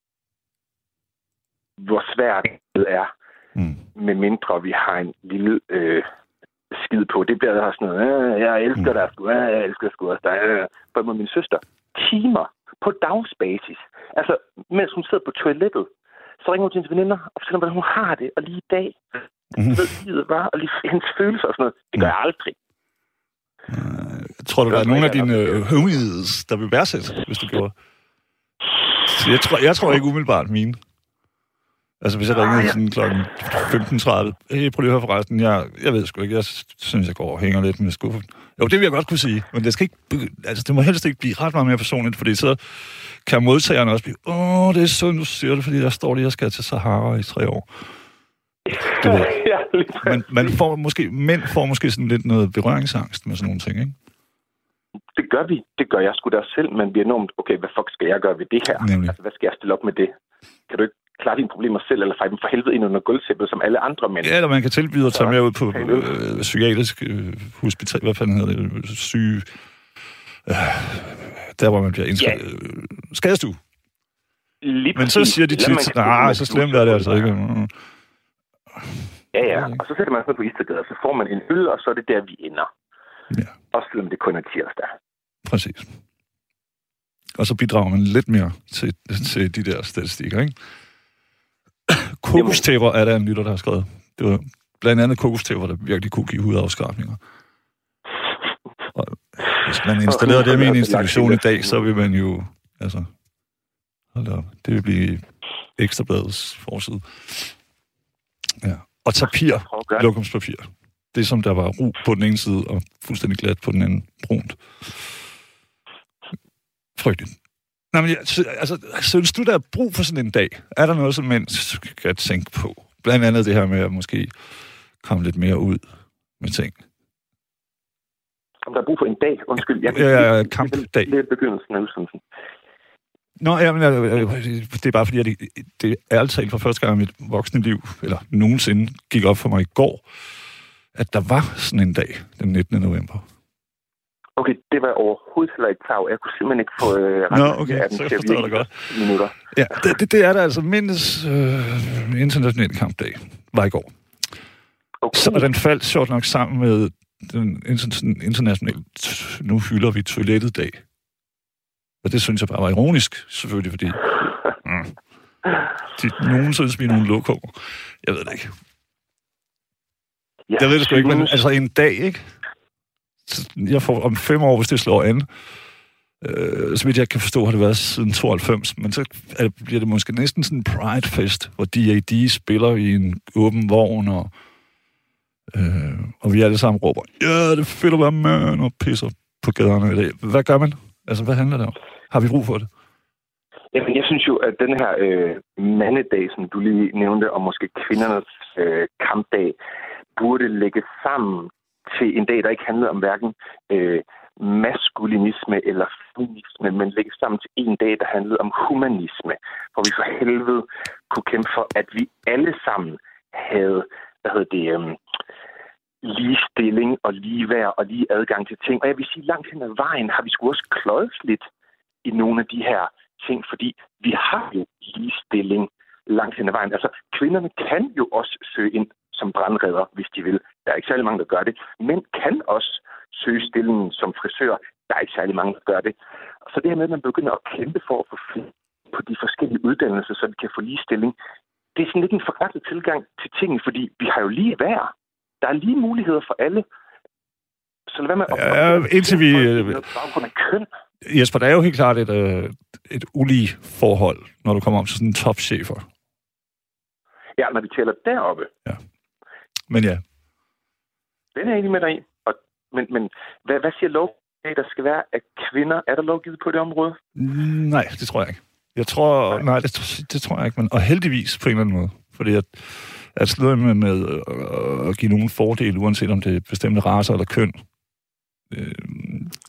hvor svært det er, med mindre vi har en lille skid på. Det bliver sådan noget, jeg elsker dig sgu, jeg elsker sgu også dig. For med min søster, timer på dagsbasis. Altså, mens hun sidder på toilettet, så ringer hun til hendes veninder og fortæller, hvordan hun har det, og lige i dag, ved livet var, og lige hendes følelser og sådan noget. Det gør jeg aldrig. Tror du, der er nogle af dine homies, der vil værdsætte, hvis du gjorde? Jeg tror ikke umiddelbart mine. Altså, hvis jeg ringede sådan klokken 15.30, hey, prøv lige at høre forresten, jeg ved sgu ikke, jeg synes, jeg går og hænger lidt med skuffen. Jo, det vil jeg godt kunne sige, men det må helst ikke blive ret meget mere personligt, fordi så kan modtageren også blive, det er sådan, du siger det, fordi der står lige, jeg skal til Sahara i 3 år. Du ved. Men mænd får måske sådan lidt noget berøringsangst med sådan nogle ting, ikke? Det gør vi. Det gør jeg sgu da selv, men vi er enormt, okay, hvad fuck skal jeg gøre ved det her? Nemlig. Altså, hvad skal jeg stille op med det? Kan du ikke klare dine problemer selv, eller fejre dem for helvede ind under gulvtæppet, som alle andre mænd? Ja, eller man kan tilbyde at tage med ud på psykiatrisk hospital, hvad fanden hedder det, syge... der, hvor man bliver indskrevet. Skadestue. Men så siger de tit, så slemt er det altså ikke. Ja. Og så sætter man sig ned på Istergade, og så får man en øl, og så er det der, vi ender. Ja. Også selvom det kun er tirsdag. Præcis. Og så bidrager man lidt mere til de der statistikker, ikke? Kokostæpper er der en lytter, der har skrevet. Det var blandt andet kokostæpper, der virkelig kunne give hudafskrabninger. Og hvis man installerede det med en institution i dag, så vil man jo... Altså, hold op, det vil blive Ekstrabladets forside. Ja. Og lokumspapir. Det som der var ru på den ene side, og fuldstændig glat på den anden, brunt. Frygteligt. Nej, men synes du, der er brug for sådan en dag? Er der noget, som mænd skal tænke på? Blandt andet det her med at måske komme lidt mere ud med ting. Om der er brug for en dag? Undskyld. Kampdag. Det er begyndelsen af udsendelsen. Nå, jamen, det er bare fordi, at det er altid for første gang i mit voksne liv, eller nogensinde gik op for mig i går, at der var sådan en dag, den 19. november. Okay, det var overhovedet heller ikke klar. Jeg kunne simpelthen ikke få okay, så jeg forstår det godt. Minutter. Ja, det er der altså mindst international kampdag, var i går. Okay. Så den faldt sjovt nok sammen med den internationale, nu hylder vi toilettet dag. Og det synes jeg bare var ironisk, selvfølgelig, fordi nogen synes, vi er nogle lokoer. Jeg ved det ikke. Jeg ved det sgu ikke, men altså en dag, ikke? Jeg får om 5 år, hvis det slår an. Så vidt jeg kan forstå, har det været siden 92, men så bliver det måske næsten sådan en Pride-fest, hvor D.A.D. spiller i en åben vogn, og vi alle sammen råber, det er fedt at være mand, og pisser på gaderne i dag. Hvad gør man? Altså, hvad handler det om? Har vi brug for det? Jamen, jeg synes jo, at den her mandedag, som du lige nævnte, og måske kvindernes kampdag, burde lægge sammen til en dag, der ikke handlede om hverken maskulinisme eller feminisme, men lægge sammen til en dag, der handlede om humanisme, hvor vi for helvede kunne kæmpe for, at vi alle sammen havde, ligestilling og ligeværd og lige adgang til ting. Og jeg vil sige, langt hen ad vejen har vi sgu også kløjet lidt i nogle af de her ting, fordi vi har jo ligestilling langt hen ad vejen. Altså, kvinderne kan jo også søge ind som brandredder, hvis de vil. Der er ikke særlig mange, der gør det. Mænd kan også søge stillingen som frisør. Der er ikke særlig mange, der gør det. Så det her med, at man begynder at kæmpe for at få på de forskellige uddannelser, så vi kan få ligestilling, det er sådan lidt en forkvaklet tilgang til tingene, fordi vi har jo lige værd. Der er lige muligheder for alle. Så lad være med at indtil vi... baggrund af køn. Jesper, der er jo helt klart et ulige forhold, når du kommer om til sådan en topchefer. Ja, når vi tæller deroppe. Ja. Men ja. Den er egentlig med dig i. Men hvad siger lov, der skal være af kvinder? Er der lovgivet på det område? Nej, det tror jeg ikke. Det tror jeg ikke. Men, og heldigvis på en eller anden måde. Fordi at slå med at give nogen fordele, uanset om det er bestemte racer eller køn,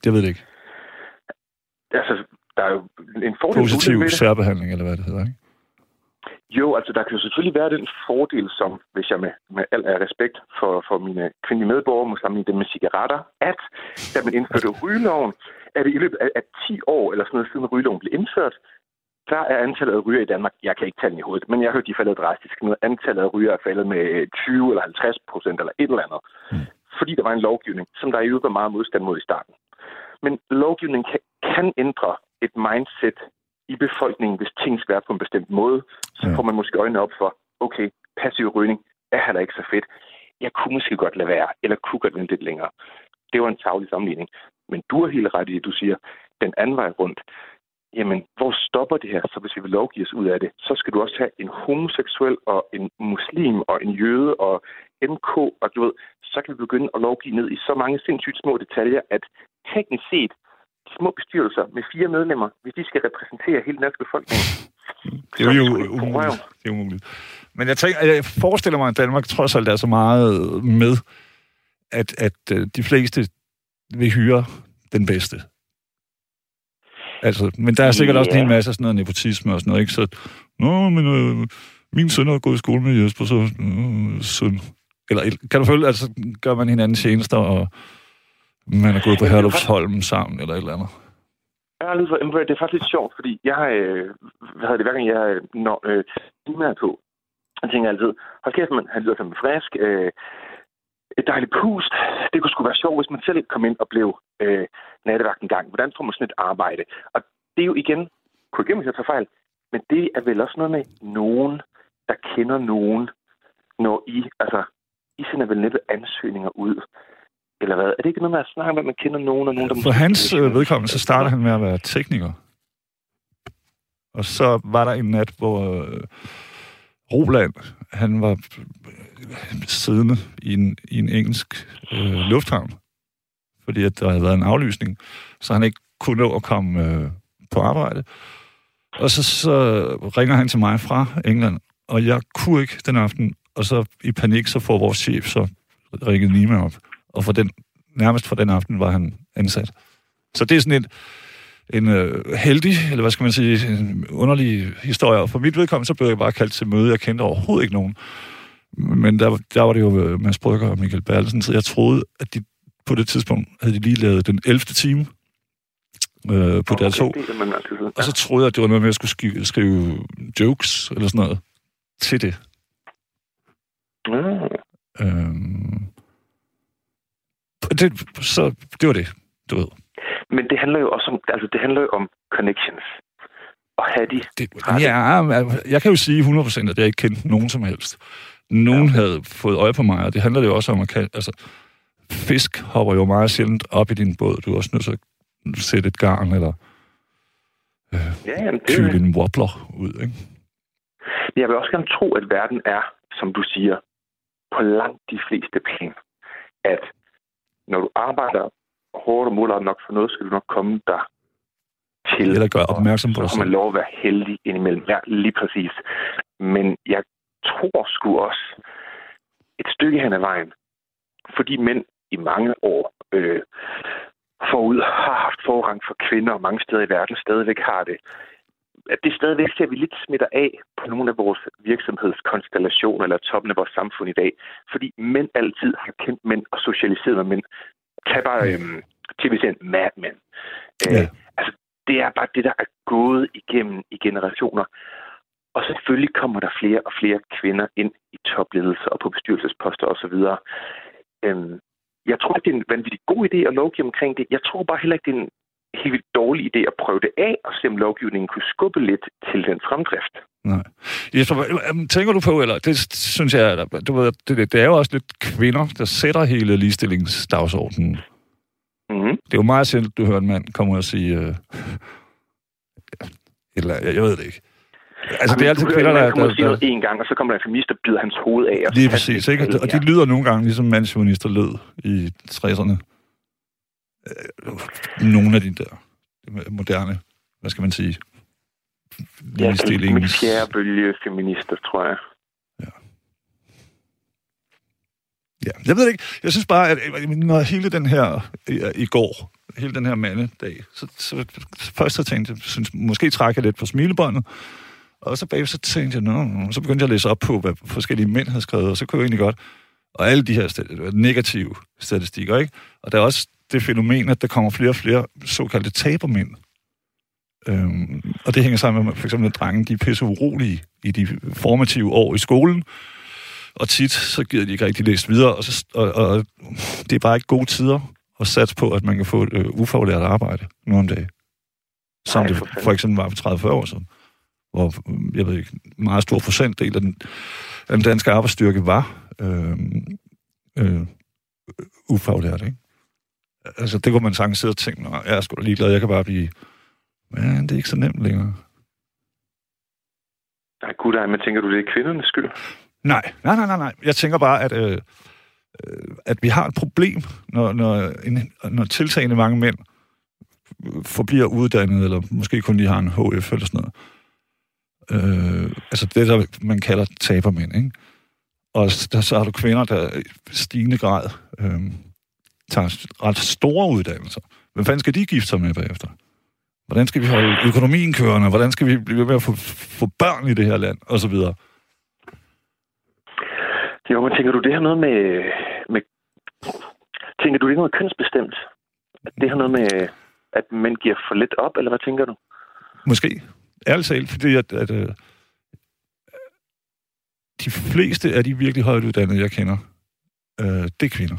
Det ved jeg ikke. Altså, der er jo en fordel... Positiv særbehandling, eller hvad det hedder, ikke? Jo, altså der kan jo selvfølgelig være den fordel, som, hvis jeg med al respekt for mine kvindelige medborgere må sammenligne dem med cigaretter, at da man indførte rygeloven, er det i løbet af 10 år, eller sådan noget siden rygeloven blev indført, der er antallet af ryger i Danmark, jeg kan ikke tale i hovedet, men jeg har hørt, de er faldet drastisk. Antallet af ryger er faldet med 20 eller 50% eller et eller andet. Fordi der var en lovgivning, som der i øvrigt var meget modstand mod i starten. Men lovgivningen kan ændre et mindset i befolkningen, hvis ting skal være på en bestemt måde, så får man måske øjnene op for, okay, passiv rygning er heller ikke så fedt. Jeg kunne måske godt lade være, eller kunne godt vente lidt længere. Det var en tarvelig sammenligning. Men du har helt ret i det, du siger, den anden vej rundt. Jamen, hvor stopper det her? Så hvis vi vil lovgive os ud af det, så skal du også have en homoseksuel og en muslim og en jøde og MK, og du ved, så kan vi begynde at lovgive ned i så mange sindssygt små detaljer, at teknisk set, små bestyrelser med 4 medlemmer, hvis de skal repræsentere hele den danske befolkning. Det er jo umuligt. Det er umuligt. Men jeg forestiller mig, at Danmark trods alt er så meget med, at de fleste vil hyre den bedste. Altså, men der er sikkert også en masse sådan noget nepotisme og sådan noget, ikke? Så, min søn har gået i skole med Jesper, så søn. Eller kan du føle, altså gør man hinanden tjenester, og man er gået på Herlufsholm sammen, eller et eller andet? Ja, det er faktisk lidt sjovt, fordi jeg har, hver gang jeg når timer på, jeg tænker altid, hold kæft, han lyder fandme frisk, et dejligt pust, det kunne sgu være sjovt, hvis man selv kom ind og blev nattevagt en gang. Hvordan får man sådan et arbejde? Og det er jo igen, korriger mig, hvis jeg tager fejl, men det er vel også noget med nogen, der kender nogen, når I sender vel netop ansøgninger ud, eller hvad? Er det ikke noget med at snakke med, at man kender nogen, og nogen, der... For hans vedkommende, så starter han med at være tekniker. Og så var der en nat, hvor Roland, han var siddende i en engelsk lufthavn, fordi at der havde været en aflysning, så han ikke kunne nå at komme på arbejde. Og så ringer han til mig fra England, og jeg kunne ikke den aften, og så i panik, så får vores chef så ringet Nima op. Og nærmest for den aften var han ansat. Så det er sådan en heldig, eller hvad skal man sige, en underlig historie. Og for mit vedkommende, så blev jeg bare kaldt til møde. Jeg kendte overhovedet ikke nogen. Men der var det jo Mads Brygger og Michael Bertelsen, så jeg troede, at de på det tidspunkt havde de lige lavet den 11. time på DR2. Og så troede jeg, at det var noget med, at jeg skulle skrive jokes eller sådan noget til det. Det var det, du ved. Men det handler jo også om, det handler jo om connections. Og have de... Jeg kan jo sige 100%, at jeg ikke kendte nogen som helst. Nogen havde fået øje på mig, og det handler jo også om at fisk hopper jo meget sjældent op i din båd. Du er også nødt til at sætte et garn, eller kyle en wobbler ud, ikke? Jeg vil også gerne tro, at verden er, som du siger, på langt de fleste plan. At når du arbejder hårdt og måler nok for noget, skal du nok komme der til. Eller gøre opmærksom på dig. Så kan man lov at være heldig indimellem. Ja, lige præcis. Men jeg tror sgu også et stykke hen ad vejen, fordi mænd i mange år forud har haft forrang for kvinder, og mange steder i verden stadigvæk har det. At det stadigvæk ser vi lidt smitter af på nogle af vores virksomhedskonstellationer eller toppen af vores samfund i dag. Fordi mænd altid har kendt mænd og socialiseret med mænd. Tag bare tv-serien Mad Men. Altså, det er bare det, der er gået igennem i generationer. Og selvfølgelig kommer der flere og flere kvinder ind i topledelse og på bestyrelsesposter osv. Jeg tror ikke, det er en vanvittig god idé at lovgive omkring det. Jeg tror bare heller ikke, det er en helt vildt dårlig idé at prøve det af, og se om lovgivningen kunne skubbe lidt til den fremdrift. Nej. Tænker du på, eller det synes jeg, du ved, det er jo også lidt kvinder, der sætter hele ligestillingsdagsordenen. Mm-hmm. Det er jo meget sjældent, du hører en mand komme og sige, eller jeg ved det ikke. Altså, det er altid kvinder, der en gang, og så kommer der en feminist, der bider hans hoved af. Lige præcis, ikke? Og de lyder nogle gange, ligesom mandsfeminister lød i 60'erne. Nogle af de der moderne, hvad skal man sige, ligestillings... Ja, fjerde bølge feminister, tror jeg. Ja, jeg ved ikke. Jeg synes bare, at når hele den her i går hele den her mandedag, så først så tænkte jeg, synes, måske trækker jeg lidt på smilebåndet, og så bagefter så tænkte jeg, så begyndte jeg at læse op på, hvad forskellige mænd havde skrevet, og så kunne jeg egentlig godt, og alle de her negative statistikker, ikke? Og der er også det fænomen, at der kommer flere og flere såkaldte tabermænd. Og det hænger sammen med, for eksempel, at drenge, de er pisse urolige i de formative år i skolen, og tit, så gider de ikke rigtig læst videre, og det er bare ikke gode tider at satse på, at man kan få et ufaglært arbejde nu om dagen. Som det for eksempel var for 30-40 år siden, hvor, jeg ved ikke, en meget stor procentdel af den danske arbejdsstyrke var ufaglært, ikke? Altså, det kunne man sagtens sidde og tænke, jeg er sgu da ligeglad, jeg kan bare blive... Men det er ikke så nemt længere. Nej, gud, men tænker du, det er kvindernes skyld? Nej. Jeg tænker bare, at vi har et problem, når tiltagende mange mænd forbliver uddannet, eller måske kun lige har en HF eller sådan noget. Altså det, der man kalder tabermænd, ikke? Og så har du kvinder, der i stigende grad tager ret store uddannelser. Hvem fanden skal de gifte sig med bagefter? Hvordan skal vi holde økonomien kørende? Hvordan skal vi blive ved med at få børn i det her land? Og så videre. Jo, men tænker du det her noget med tænker du det er noget kønsbestemt? Det har noget med, at mænd giver for lidt op, eller hvad tænker du? Måske. Ærligt talt, fordi at de fleste af de virkelig højt uddannede, jeg kender, det er kvinder.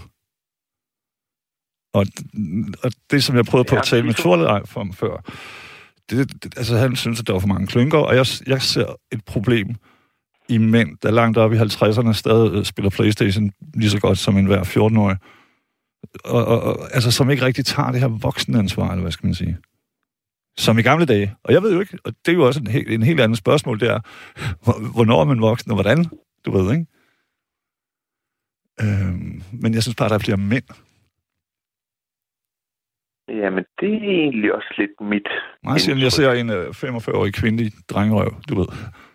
Og det, som jeg prøvede på at tale med Torledej om før, altså han synes, at der var for mange klynker, og jeg ser et problem i mænd, der langt op i 50'erne stadig spiller PlayStation lige så godt som en hver 14-årig. Og altså, som ikke rigtig tager det her voksenansvar, eller hvad skal man sige. Som i gamle dage. Og jeg ved jo ikke, og det er jo også en helt andet spørgsmål, det er, hvornår er man voksen, og hvordan, du ved, ikke? Men jeg synes bare, der bliver mænd. Jamen, det er egentlig også lidt mit... Meget sjældent, jeg ser en 45-årig kvindelig drengerøv, du ved.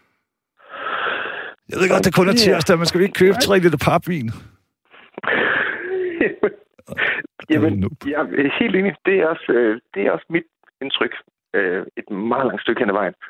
Jeg ved godt, det kun er tirsdag, men skal vi ikke købe 3 liter papvin? Jamen, jeg er helt enig. Det er også mit indtryk. Et meget langt stykke hen ad vejen.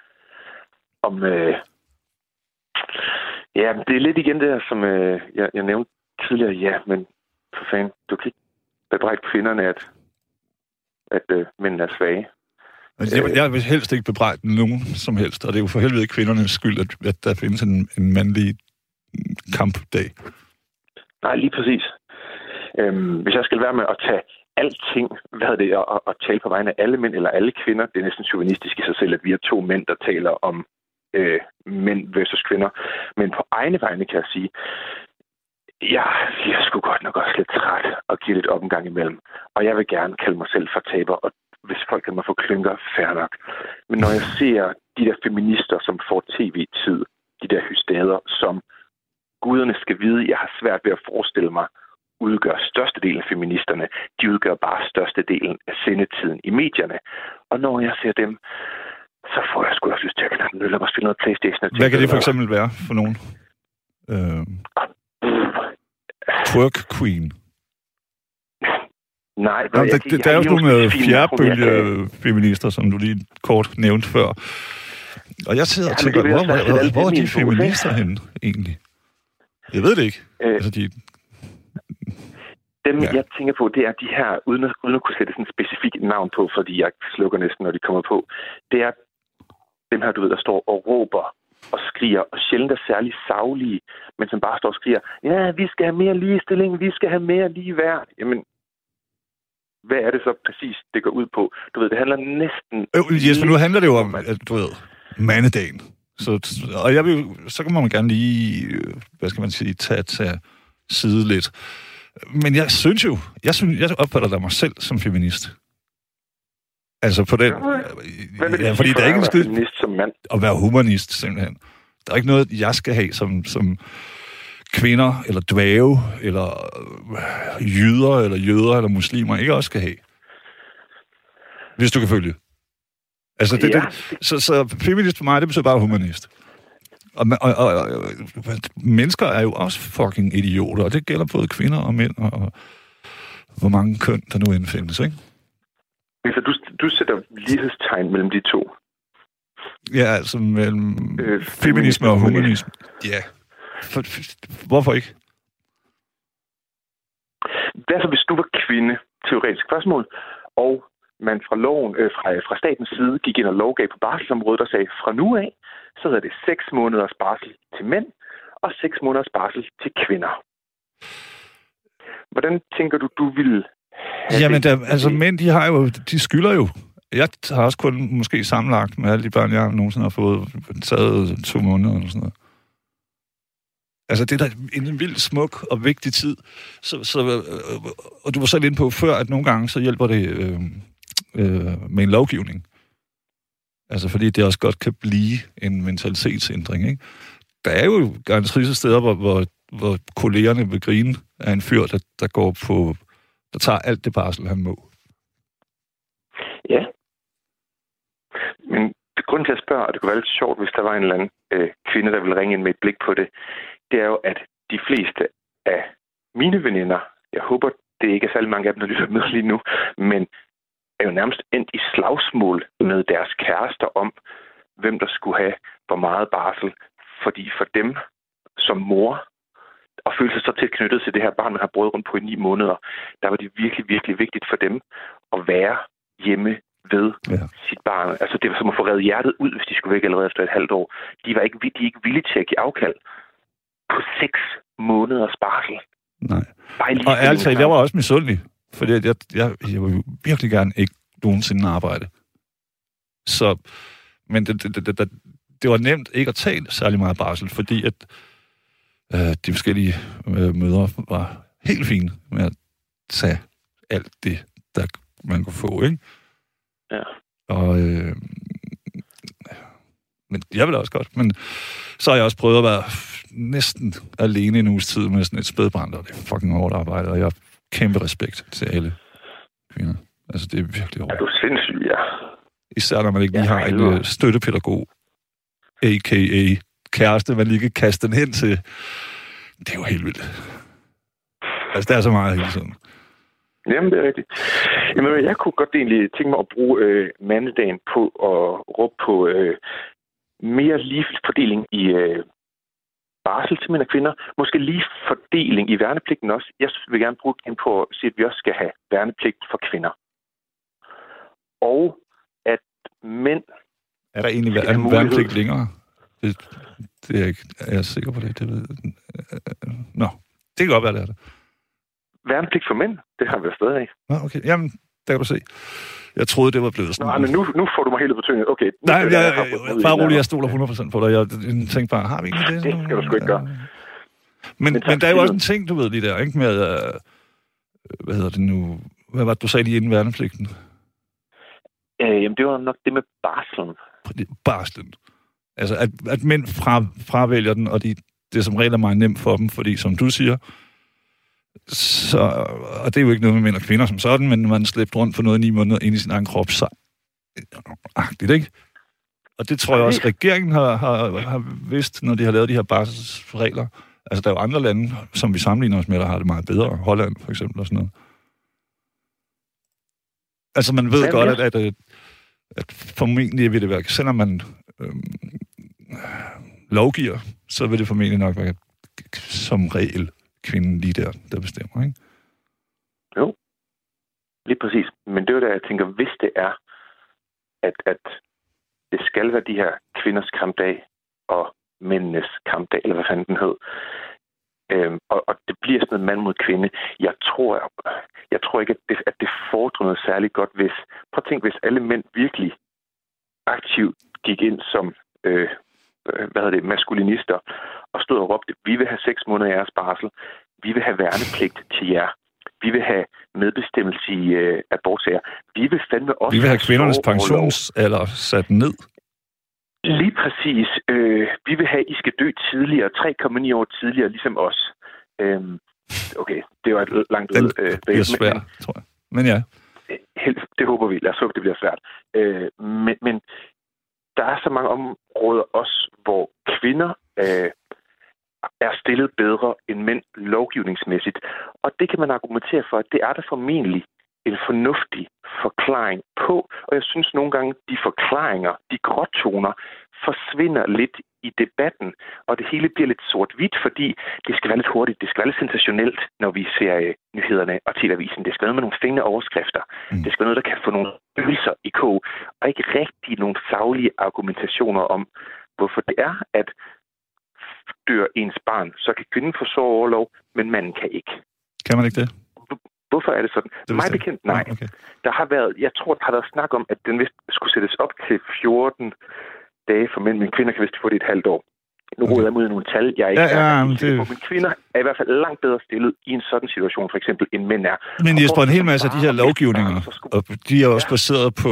Ja, det er lidt igen det, som jeg nævnte tidligere. Ja, men for fanden, du kan ikke bebrejde kvinderne, at mænd er svage. Jeg vil helst ikke bebrejde nogen som helst, og det er jo for helvede kvindernes skyld, at der findes en mandlig kampdag. Nej, lige præcis. Hvis jeg skal være med at tage alting, og tale på vegne af alle mænd eller alle kvinder, det er næsten chauvinistisk i sig selv, at vi er 2 mænd, der taler om mænd versus kvinder. Men på egne vegne kan jeg sige, jeg er sgu godt nok også lidt træt og give lidt op en gang imellem. Og jeg vil gerne kalde mig selv for taber, og hvis folk kan mig få klynker, fair nok. Men når jeg ser de der feminister, som får tv-tid, de der hystader, som guderne skal vide, jeg har svært ved at forestille mig, udgør størstedelen af feministerne. De udgør bare størstedelen af sendetiden i medierne. Og når jeg ser dem, så får jeg sgu også lyst til at knappe en øl og spille noget PlayStation. Hvad kan det for eksempel være for nogen? Twerk Queen. Nej. Der er jo nogle fjerdebølge-feminister, som du lige kort nævnte før. Og jeg sidder og tænker, hvor er de feminister henne egentlig? Jeg ved det ikke. Altså, Dem, jeg tænker på, det er de her, uden at kunne sætte sådan et specifikt navn på, fordi jeg slukker næsten, når de kommer på. Det er dem her, du ved, der står og råber og skriger, og sjældent er særlig saglige, men som bare står og skriger, ja, vi skal have mere ligestilling, vi skal have mere ligeværd. Jamen, hvad er det så præcis, det går ud på? Du ved, det handler næsten... Jesper, nu handler det jo om, at du ved, mandedagen. Og så kan man gerne lige, hvad skal man sige, tage side lidt. Men jeg synes, jeg opfatter da mig selv som feminist. Altså på den... Ja, fordi der er ikke en skid at være humanist, simpelthen. Der er ikke noget, jeg skal have som kvinder, eller dvæve, eller jøder, eller muslimer, ikke også skal have. Hvis du kan følge. Altså, så feminist for mig, det betyder bare humanist. Og mennesker er jo også fucking idioter, og det gælder både kvinder og mænd, og hvor mange køn der nu indfindes, ikke? Altså, du sætter lighedstegn mellem de to. Ja, altså mellem feminisme og humanisme. Ja. Hvorfor ikke? Derfor, hvis du var kvinde, teoretisk spørgsmål, og man fra loven, fra statens side gik ind og lovgav på barselsområdet og sagde, fra nu af, så hedder det 6 måneders barsel til mænd og 6 måneders barsel til kvinder. Hvordan tænker du ville have Jamen, altså mænd, de skylder jo. Jeg har også kun måske sammenlagt med alle de børn, jeg nogensinde har fået taget 2 måneder eller sådan noget. Altså, det er da en vild smuk og vigtig tid. Og du var selv inde på før, at nogle gange så hjælper det med en lovgivning. Altså, fordi det også godt kan blive en mentalitetsændring, ikke? Der er jo garanteret steder, hvor kollegerne vil grine af en fyr, der tager alt det barsel, han må. Ja. Men grunden til at spørge, og det kunne være lidt sjovt, hvis der var en eller anden kvinde, der ville ringe ind med et blik på det, det er jo, at de fleste af mine veninder, jeg håber, det ikke er særlig mange af dem, der lytter med lige nu, men er jo nærmest endt i slagsmål med deres kærester om, hvem der skulle have hvor meget barsel. Fordi for dem som mor, og føle sig så tilknyttet til det her barn, man har båret rundt på i 9 måneder, der var det virkelig, virkelig vigtigt for dem at være hjemme ved sit barn. Altså det var som at få revet hjertet ud, hvis de skulle væk allerede efter et halvt år. De er ikke villige til at give afkald på 6 måneders barsel. Nej. Og ærligt talt, jeg var også misundelig, fordi jeg vil virkelig gerne ikke nogensinde arbejde. Så, men det var nemt ikke at tage særlig meget barsel, fordi at de forskellige mødre var helt fine med at tage alt det, der man kunne få, ikke? Ja. Og men jeg vil også godt, men så har jeg også prøvet at være næsten alene en uges tid med sådan et spædbarn, og det er fucking hårdt arbejde, og jeg har kæmpe respekt til alle kvinder. Altså, det er virkelig hårdt. Er du sindssyg, ja. Især når man ikke lige har en støttepædagog, a.k.a. kæreste, man lige kan kaste den hen til. Det er jo helt vildt. Altså, der er så meget hele tiden. Jamen, det er rigtigt. Jamen, jeg kunne godt egentlig tænke mig at bruge mandedagen på at råbe på mere lige fordeling i barsel til mænd og kvinder. Måske lige fordeling i værnepligten også. Jeg vil gerne bruge den på at sige, at vi også skal have værnepligt for kvinder. Og at mænd... Er der egentlig værnepligt længere? Det er jeg sikker på det. Det ved Nå, det kan godt være, det er det. Værnepligt for mænd, det har vi stadig. Nå, okay. Jamen, der kan du se. Jeg troede, det var blevet sådan. Nå, men nu får du mig helt ud på tynget. Okay. Nej, bare roligt, jeg stoler 100% på dig. Jeg tænkte bare, har vi egentlig det? Det skal du sgu ikke gøre. Men der er jo også en ting, du ved lige der, ikke? Med, hvad hedder det nu? Hvad var det, du sagde lige inden værnepligten? Jamen, det var nok det med barslen. Barslen. Altså, at mænd fravælger den, og det som regel er meget nemt for dem, fordi som du siger, så, og det er jo ikke noget med mænd og kvinder som sådan, men man slæbt rundt for noget i 9 måneder ind i sin egen krop, så agtigt, ikke? Og det tror jeg også, regeringen har vidst, når de har lavet de her barselsregler. Altså, der er jo andre lande, som vi sammenligner os med, der har det meget bedre. Holland, for eksempel, og sådan noget. Altså, man ved godt, at formentlig vil det være, selvom man lovgiver, så vil det formentlig nok være som regel kvinden lige der bestemmer, ikke? Jo, lige præcis. Men det er jo der, jeg tænker, hvis det er, at det skal være de her kvinders kampdag og mændenes kampdag, eller hvad fanden den hed, og det bliver sådan noget mand mod kvinde. Jeg tror ikke, at det fordrer noget særligt godt, hvis... Prøv at tænke, hvis alle mænd virkelig aktivt gik ind som maskulinister og stod og råbte, vi vil have 6 måneder i jeres barsel, vi vil have værnepligt til jer, vi vil have medbestemmelse i abortsager, vi vil fandme også... Vi vil have kvindernes pensionsalder sat ned. Lige præcis. Vi vil have, at I skal dø tidligere, 3,9 år tidligere, ligesom os. Okay, det var et langt ud. Det bliver svært, tror jeg. Men ja. Det håber vi. Lad os håbe, det bliver svært. Men der er så mange områder også, hvor kvinder er stillet bedre end mænd lovgivningsmæssigt. Og det kan man argumentere for, at det er der formentlig en fornuftig forklaring på, og jeg synes nogle gange, de forklaringer, de gråtoner, forsvinder lidt i debatten, og det hele bliver lidt sort-hvidt, fordi det skal være lidt hurtigt, det skal være lidt sensationelt, når vi ser nyhederne og TV-avisen. Det skal være med nogle fængende overskrifter. Det skal være noget, der kan få nogle følelser i kog, og ikke rigtig nogle saglige argumentationer om, hvorfor det er, at dør ens barn, så kan kvinden få sorgorlov, men manden kan ikke. Kan man ikke det? Hvorfor er det sådan? Mig bekendt, nej. Okay. Der har været, jeg tror, der har været snak om, at den vist skulle sættes op til 14 dage for mænd, men kvinder kan vist få det et halvt år. Nu råder jeg mod nogle tal, jeg ikke men kvinder er i hvert fald langt bedre stillet i en sådan situation, for eksempel, end mænd er. Men Jesper, en hel masse af de her lovgivninger, og de er også baseret på,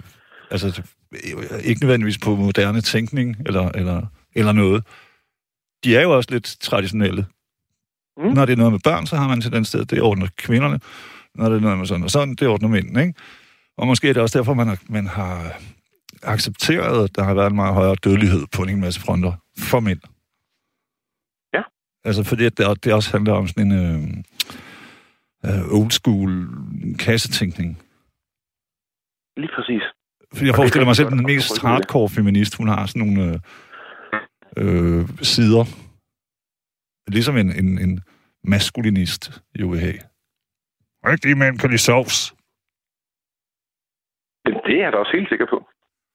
ikke nødvendigvis på moderne tænkning, eller noget. De er jo også lidt traditionelle. Når det er noget med børn, så har man til den sted, det ordner kvinderne. Når det er noget med sådan og sådan, det ordner mændene, ikke? Og måske er det også derfor, man har accepteret, at der har været en meget højere dødelighed på en masse fronter for mænd. Ja. Altså, fordi det også handler om sådan en old school kassetænkning. Lige præcis. Fordi jeg forestiller mig selv, den mest hardcore feminist, hun har sådan nogle sider. Ligesom en maskulinist jo vil have. Rigtige mænd kan lide sovs. Det er jeg da også helt sikker på.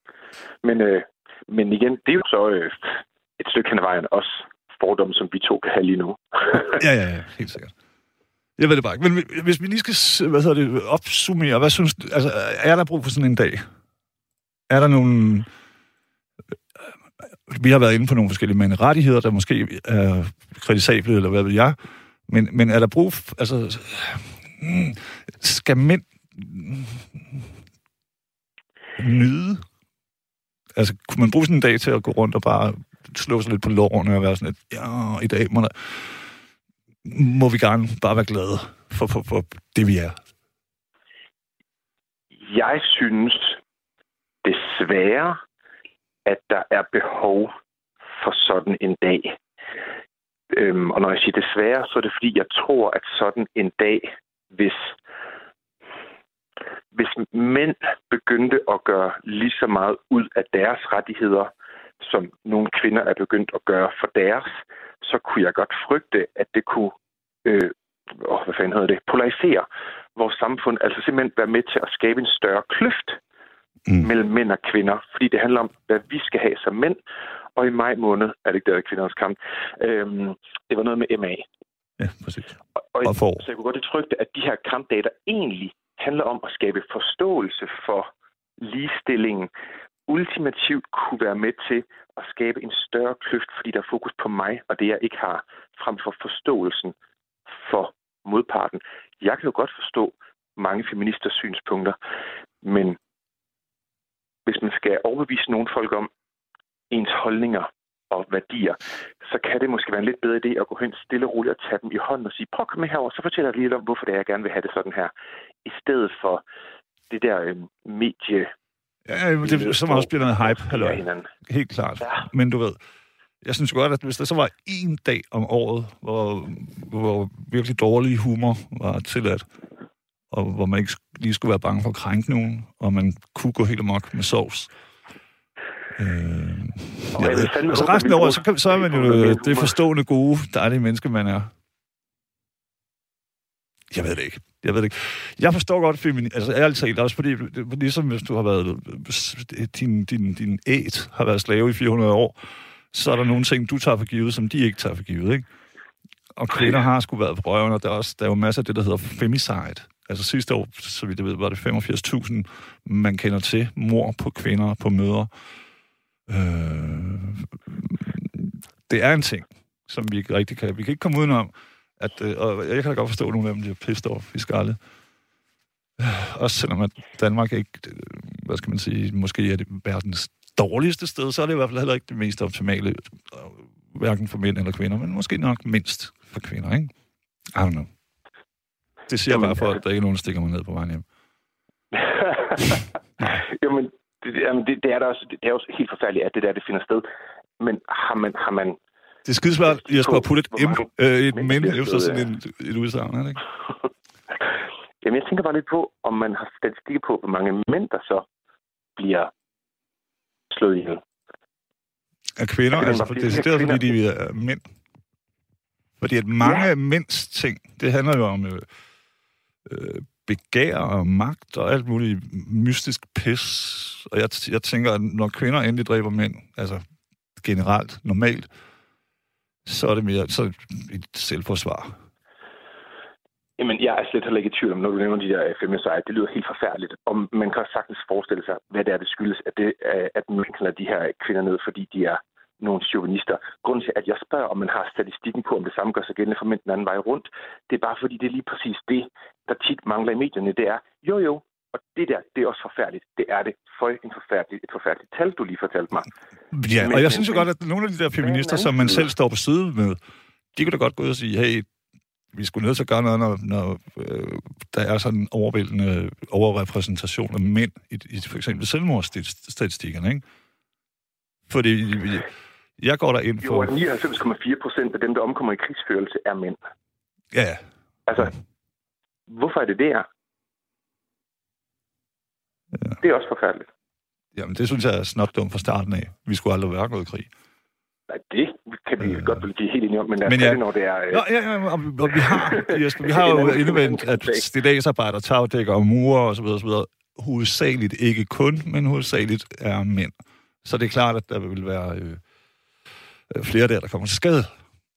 Men igen, det er jo så et stykke hen ad vejen også fordomme, som vi to kan have lige nu. ja, helt sikkert. Jeg ved det bare ikke. Men hvis vi lige skal opsummere, hvad synes du, altså, er der brug for sådan en dag? Er der nogle... Vi har været inde på nogle forskellige manderettigheder, der måske er kritisable, eller hvad ved jeg. Men er der brug for... Altså, skal mænd nyde? Altså, kunne man bruge sådan en dag til at gå rundt og bare slå sig lidt på lårene og være sådan lidt, i dag må vi gerne bare være glade for det, vi er? Jeg synes desværre, at der er behov for sådan en dag. Og når jeg siger desværre, så er det fordi, jeg tror, at sådan en dag, hvis mænd begyndte at gøre lige så meget ud af deres rettigheder, som nogle kvinder er begyndt at gøre for deres, så kunne jeg godt frygte, at det kunne polarisere vores samfund. Altså simpelthen være med til at skabe en større kløft mellem mænd og kvinder. Fordi det handler om, hvad vi skal have som mænd. Og i maj måned er det ikke der kvindernes kamp. Det var noget med MA. Ja, præcis. Så jeg kunne godt frygte, at de her kampdage, der egentlig handler om at skabe forståelse for ligestillingen, ultimativt kunne være med til at skabe en større kløft, fordi der er fokus på mig og det, jeg ikke har, frem for forståelsen for modparten. Jeg kan jo godt forstå mange feministers synspunkter, men hvis man skal overbevise nogle folk om ens holdninger og værdier, så kan det måske være en lidt bedre idé at gå hen stille og roligt og tage dem i hånden og sige, prøv at komme med herover, så fortæller jeg lige om, hvorfor det er, jeg gerne vil have det sådan her. I stedet for det der medie... Ja, det som også bliver noget hype, halløj. Helt klart. Ja. Men du ved, jeg synes godt, at hvis der så var en dag om året, hvor virkelig dårlig humor var tilladt, og hvor man ikke lige skulle være bange for at krænke nogen, og man kunne gå helt amok med sovs. Altså resten af året, så er man jo det forstående, gode, dejlige menneske, man er. Jeg ved det ikke. Jeg forstår godt feminisme. Altså ærligt talt, også fordi, ligesom hvis du har været... Din æt har været slave i 400 år, så er der nogle ting, du tager for givet, som de ikke tager for givet, ikke? Og kvinder har sgu været på røven, og der er jo masser af det, der hedder femicide. Altså sidste år, så vidt jeg ved, var det 85.000, man kender til. Mord på kvinder, på mødre. Det er en ting, som vi ikke rigtig kan... Vi kan ikke komme udenom, og jeg kan da godt forstå, at nogle af dem bliver pissed off i skaldet. Også selvom at Danmark ikke, hvad skal man sige, måske er det verdens dårligste sted, så er det i hvert fald heller ikke det mest optimale, hverken for mænd eller kvinder, men måske nok mindst for kvinder, ikke? I don't know. Det siger bare for, at der ikke er nogen, der stikker mig ned på vejen hjem. Jamen, det er da også, det er også helt forfærdeligt, at det der, det finder sted. Men har man det er skidesvært, Jesper, at putte et men efter sådan et udsagn, er det ikke? Jamen, jeg tænker bare lidt på, om man har statistik på, hvor mange mænd, der så bliver slået ihjel. Af kvinder? Altså, det er fordi, de er mænd. Fordi at mange mænds ting, det handler jo om begær og magt og alt muligt mystisk pis. Og jeg tænker, at når kvinder endelig dræber mænd, altså generelt, normalt, så er det mere et selvforsvar. Jamen, jeg er slet heller ikke i tvivl om, når du nævner de der feminister, det lyder helt forfærdeligt. Og man kan sagtens forestille sig, hvad det er, det skyldes, at man kalder de her kvinder ned, fordi de er nogle chauvinister. Grunden til, at jeg spørger, om man har statistikken på, om det samme gør sig gældende for mænd den anden vej rundt, det er bare fordi, det er lige præcis det, der tit mangler i medierne. Det er, jo, og det der, det er også forfærdeligt. Det er det. For et forfærdeligt tal, du lige fortalte mig. Ja, og jeg synes jo godt, at nogle af de der feminister, som man selv står på side med, de kunne da godt gå ud og sige, hey, vi skulle nødt til at gøre noget, når der er sådan en overvældende overrepræsentation af mænd i for eksempel selvmordsstatistikkerne, ikke? Fordi jeg går der ind for... Jo, 99,4% af dem, der omkommer i krigsførelse, er mænd. Ja. Altså, hvorfor er det der? Ja. Det er også forfærdeligt. Jamen, det synes jeg er snot dumt fra starten af. Vi skulle aldrig være gået i krig. Nej, det kan vi godt blive helt enige om, men ja. Det, når det er... Og vi har jo indvendt, at stilladsarbejder, tagdækker og murer osv. hovedsageligt ikke kun, men hovedsageligt er mænd. Så det er klart, at der vil være flere der kommer til skade.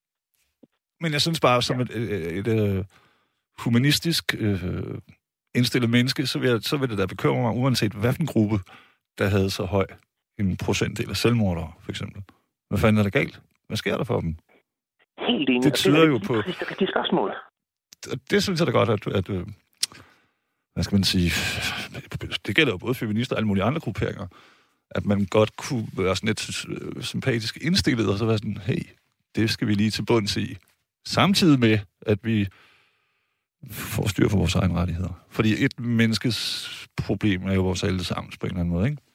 Men jeg synes bare, som et humanistisk indstillet menneske, så vil det da bekymre mig, uanset hvilken gruppe, der havde så høj en procentdel af selvmordere, for eksempel. Hvad fanden er der galt? Hvad sker der for dem? Helt enig. Det tyder jo på... Det er rigtige spørgsmål. Det synes jeg da godt, at hvad skal man sige... Det gælder jo både feminister og alle mulige andre grupperinger, at man godt kunne være sådan lidt sympatisk indstillet, og så være sådan, hey, det skal vi lige til bunds i. Samtidig med, at vi får styr på vores egne rettigheder. Fordi et menneskes problem er jo vores alle sammen på en eller anden måde, ikke?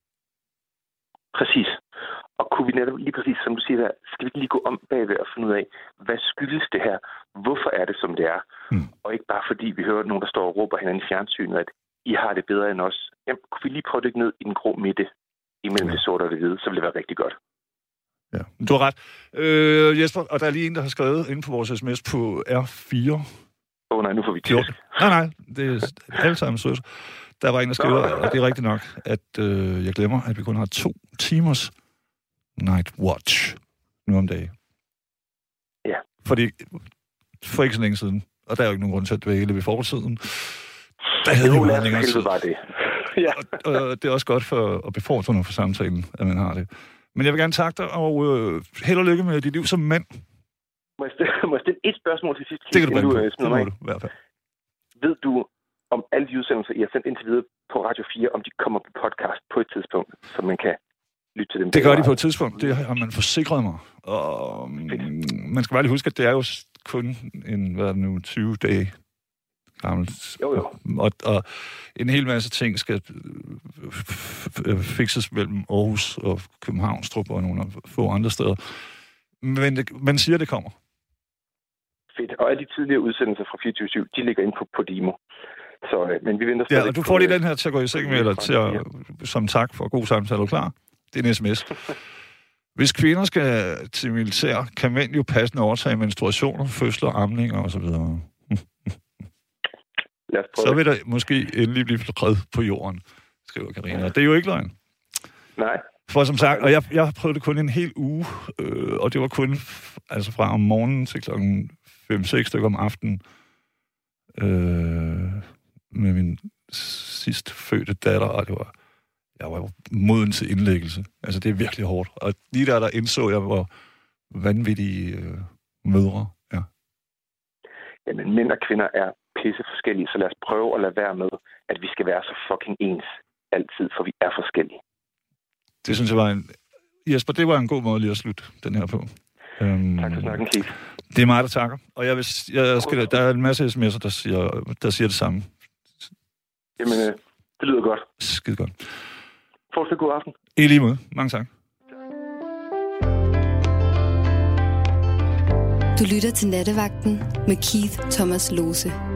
Præcis. Og kunne vi netop lige præcis, som du siger der, skal vi ikke lige gå om bagved og finde ud af, hvad skyldes det her? Hvorfor er det, som det er? Og ikke bare fordi vi hører nogen, der står og råber hinanden i fjernsynet, at I har det bedre end os. Jamen, kunne vi lige prøve at dykke ned i den grå midte imellem det sorte og det hvide, så ville det være rigtig godt. Ja, du har ret. Jesper, og der er lige en, der har skrevet inde på vores sms på R4. Nej, nu får vi tæsk. Nej, det er alle sammen sødt. Der var en, der skriver, og det er rigtigt nok, at jeg glemmer, at vi kun har 2 timers night watch nu om dagen. Ja. Fordi for ikke så længe siden, og der er jo ikke nogen grund til at dvæle ved fortiden, der havde vi jo meget længere tid. Det. Ja. Og det er også godt for at befordre noget for samtalen, at man har det. Men jeg vil gerne takke dig, og held og lykke med dit liv som mand. Må jeg stille et spørgsmål til sidst? Det kan du bare det må du i hvert fald. Ved du, om alle de udsendelser, I har sendt indtil videre på Radio 4, om de kommer på podcast på et tidspunkt, så man kan lytte til dem? Det gør de på et tidspunkt. Det har man forsikret mig. Og man skal bare lige huske, at det er jo kun en 20 dage gammelt. Jo. Og en hel masse ting skal fikses mellem Aarhus og Københavnstrup og nogle få andre steder. Men man siger, det kommer. Fedt. Og alle de tidligere udsendelser fra 24/7, de ligger inde på Podimo. Så, men vi venter stadig. Ja, og du får lige den her til at gå i seng med, eller til at, som tak for god samtale. Er du klar? Det er en sms. Hvis kvinder skal til militær, kan mænd jo passende overtage menstruationer, fødsler, amninger osv. Så vil der måske endelig blive fred på jorden, skriver Karina. Det er jo ikke løgn. Nej. For som sagt, og jeg prøvede det kun en hel uge, og det var kun altså fra om morgenen til klokken 5-6 stykker om aftenen med min sidst fødte datter, og jeg var moden til indlæggelse. Altså, det er virkelig hårdt. Og lige der indså jeg, hvor vanvittige mødre er. Jamen, mænd og kvinder er pisse forskellige, så lad os prøve at lade være med, at vi skal være så fucking ens altid, for vi er forskellige. Det synes jeg var Jesper, det var en god måde lige at slutte den her på. Tak for snakken, Keith. Det er mig, der takker. Og der er en masse sms'er, der siger det samme. Jamen, det lyder godt. Skide godt. Fortsæt god aften. I lige måde. Mange tak. Du lytter til Nattevagten med Keith Thomas Lose.